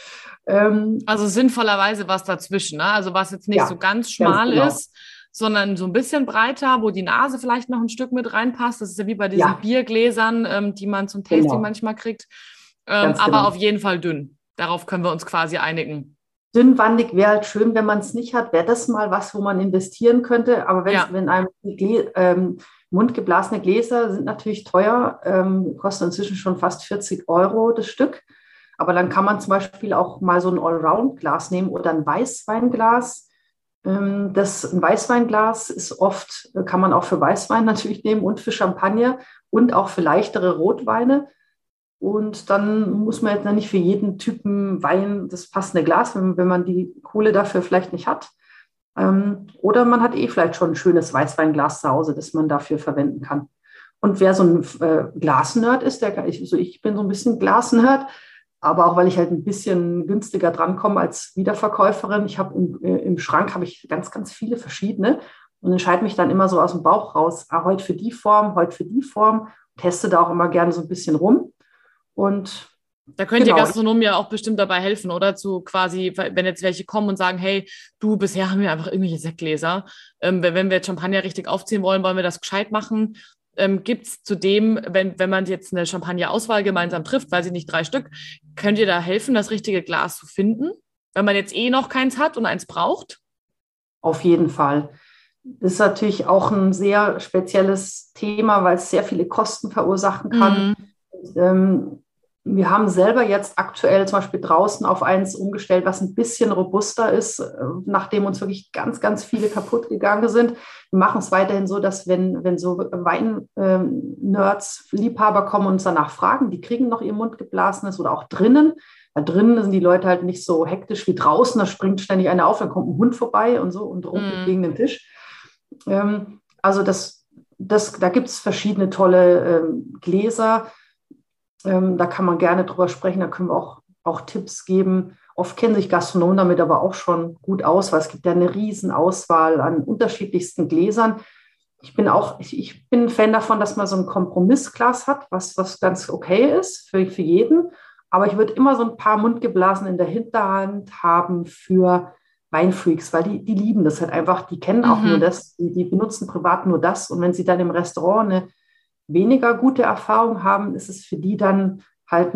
Also sinnvollerweise was dazwischen, ne? Also was jetzt nicht so ganz schmal ist, sondern so ein bisschen breiter, wo die Nase vielleicht noch ein Stück mit reinpasst. Das ist ja wie bei diesen Biergläsern, die man zum Tasting manchmal kriegt. Aber auf jeden Fall dünn. Darauf können wir uns quasi einigen. Dünnwandig wäre halt schön, wenn man es nicht hat, wäre das mal was, wo man investieren könnte. Aber wenn einem mundgeblasene Gläser sind natürlich teuer, kosten inzwischen schon fast 40 € das Stück. Aber dann kann man zum Beispiel auch mal so ein Allround-Glas nehmen oder ein Weißweinglas. Ein Weißweinglas ist oft, kann man auch für Weißwein natürlich nehmen und für Champagner und auch für leichtere Rotweine. Und dann muss man jetzt nicht für jeden Typen Wein das passende Glas, wenn man die Kohle dafür vielleicht nicht hat. Oder man hat vielleicht schon ein schönes Weißweinglas zu Hause, das man dafür verwenden kann. Und wer so ein Glasnerd ist, ich bin so ein bisschen Glasnerd, aber auch weil ich halt ein bisschen günstiger drankomme als Wiederverkäuferin. Ich habe im Schrank habe ich ganz, ganz viele verschiedene und entscheide mich dann immer so aus dem Bauch raus, heute für die Form, heute für die Form, teste da auch immer gerne so ein bisschen rum. Und da könnt ihr Gastronomen ja auch bestimmt dabei helfen, oder? Zu quasi, wenn jetzt welche kommen und sagen, hey, du, bisher haben wir einfach irgendwelche Sektgläser. Wenn wir jetzt Champagner richtig aufziehen wollen wir das gescheit machen. Gibt es zudem, wenn man jetzt eine Champagner-Auswahl gemeinsam trifft, weiß ich nicht, 3 Stück, könnt ihr da helfen, das richtige Glas zu finden? Wenn man jetzt noch keins hat und eins braucht? Auf jeden Fall. Das ist natürlich auch ein sehr spezielles Thema, weil es sehr viele Kosten verursachen kann. Wir haben selber jetzt aktuell zum Beispiel draußen auf eins umgestellt, was ein bisschen robuster ist, nachdem uns wirklich ganz, ganz viele kaputt gegangen sind. Wir machen es weiterhin so, dass wenn so Wein-Nerds, Liebhaber kommen und uns danach fragen, die kriegen noch ihr mundgeblasenes oder auch drinnen. Weil drinnen sind die Leute halt nicht so hektisch wie draußen, da springt ständig einer auf, dann kommt ein Hund vorbei und so und rumpelt gegen den Tisch. Also da gibt es verschiedene tolle Gläser. Da kann man gerne drüber sprechen, da können wir auch Tipps geben. Oft kennen sich Gastronomen damit aber auch schon gut aus, weil es gibt ja eine riesen Auswahl an unterschiedlichsten Gläsern. Ich bin ein Fan davon, dass man so ein Kompromissglas hat, was ganz okay ist für jeden. Aber ich würde immer so ein paar Mundgeblasen in der Hinterhand haben für Weinfreaks, weil die lieben das halt einfach. Die kennen auch nur das, die benutzen privat nur das. Und wenn sie dann im Restaurant eine weniger gute Erfahrung haben, ist es für die dann halt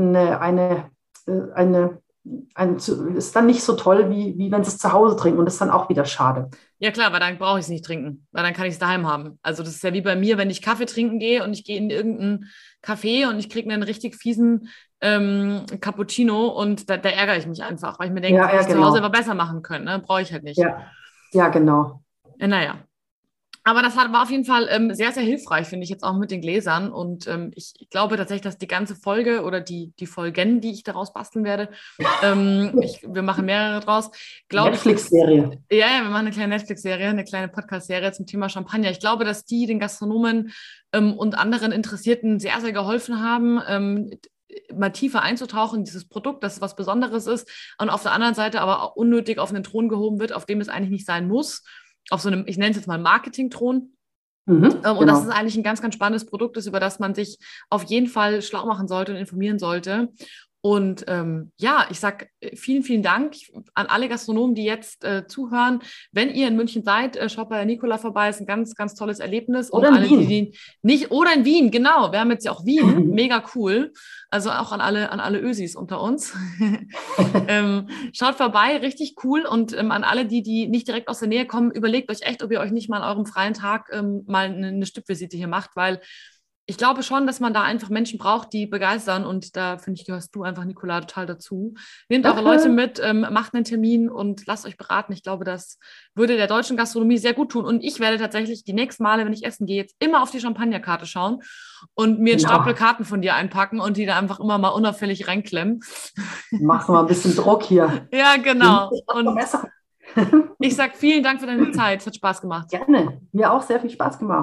ist dann nicht so toll, wie wenn sie es zu Hause trinken und das ist dann auch wieder schade. Ja klar, weil dann brauche ich es nicht trinken, weil dann kann ich es daheim haben. Also das ist ja wie bei mir, wenn ich Kaffee trinken gehe und ich gehe in irgendein Café und ich kriege einen richtig fiesen Cappuccino und da ärgere ich mich einfach, weil ich mir denke, ich zu Hause aber besser machen können, ne? Brauche ich halt nicht. Ja, genau. Naja. Aber das war auf jeden Fall sehr, sehr hilfreich, finde ich jetzt auch mit den Gläsern. Und ich glaube tatsächlich, dass die ganze Folge oder die Folgen, die ich daraus basteln werde, wir machen mehrere draus. Netflix-Serie. Ja, wir machen eine kleine Netflix-Serie, eine kleine Podcast-Serie zum Thema Champagner. Ich glaube, dass die den Gastronomen und anderen Interessierten sehr, sehr geholfen haben, mal tiefer einzutauchen in dieses Produkt, dass es was Besonderes ist und auf der anderen Seite aber auch unnötig auf einen Thron gehoben wird, auf dem es eigentlich nicht sein muss. Auf so einem, ich nenne es jetzt mal Marketing-Thron. Und das ist eigentlich ein ganz, ganz spannendes Produkt, über das man sich auf jeden Fall schlau machen sollte und informieren sollte. Und ich sage vielen, vielen Dank an alle Gastronomen, die jetzt zuhören. Wenn ihr in München seid, schaut bei Nicola vorbei, ist ein ganz, ganz tolles Erlebnis. Oder und alle, in Wien. die nicht, oder in Wien, genau. Wir haben jetzt ja auch Wien, mega cool. Also auch an alle Ösis unter uns. Schaut vorbei, richtig cool. Und an alle, die nicht direkt aus der Nähe kommen, überlegt euch echt, ob ihr euch nicht mal an eurem freien Tag mal eine Stippvisite hier macht, weil ich glaube schon, dass man da einfach Menschen braucht, die begeistern und da, finde ich, gehörst du einfach, Nicola, total dazu. Nehmt eure Leute mit, macht einen Termin und lasst euch beraten. Ich glaube, das würde der deutschen Gastronomie sehr gut tun. Und ich werde tatsächlich die nächsten Male, wenn ich essen gehe, jetzt immer auf die Champagnerkarte schauen und mir einen Stapel Karten von dir einpacken und die da einfach immer mal unauffällig reinklemmen. Machst du mal ein bisschen Druck hier. Ja, genau. Und ich sage vielen Dank für deine Zeit. Es hat Spaß gemacht. Gerne. Mir auch sehr viel Spaß gemacht.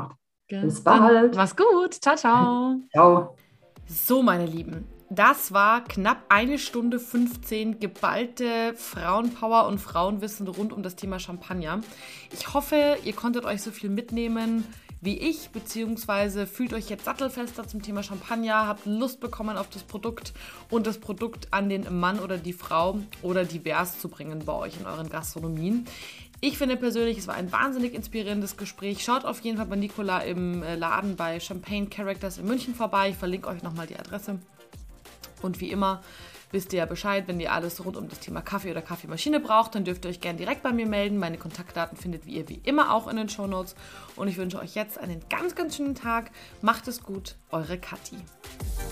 Bis bald. Mach's gut. Ciao, ciao. Ciao. So, meine Lieben. Das war knapp 1 Stunde 15 geballte Frauenpower und Frauenwissen rund um das Thema Champagner. Ich hoffe, ihr konntet euch so viel mitnehmen wie ich, beziehungsweise fühlt euch jetzt sattelfester zum Thema Champagner, habt Lust bekommen auf das Produkt und das Produkt an den Mann oder die Frau oder divers zu bringen bei euch in euren Gastronomien. Ich finde persönlich, es war ein wahnsinnig inspirierendes Gespräch. Schaut auf jeden Fall bei Nicola im Laden bei Champagne Characters in München vorbei. Ich verlinke euch nochmal die Adresse. Und wie immer wisst ihr ja Bescheid, wenn ihr alles rund um das Thema Kaffee oder Kaffeemaschine braucht, dann dürft ihr euch gerne direkt bei mir melden. Meine Kontaktdaten findet ihr wie immer auch in den Shownotes. Und ich wünsche euch jetzt einen ganz, ganz schönen Tag. Macht es gut, eure Kathi.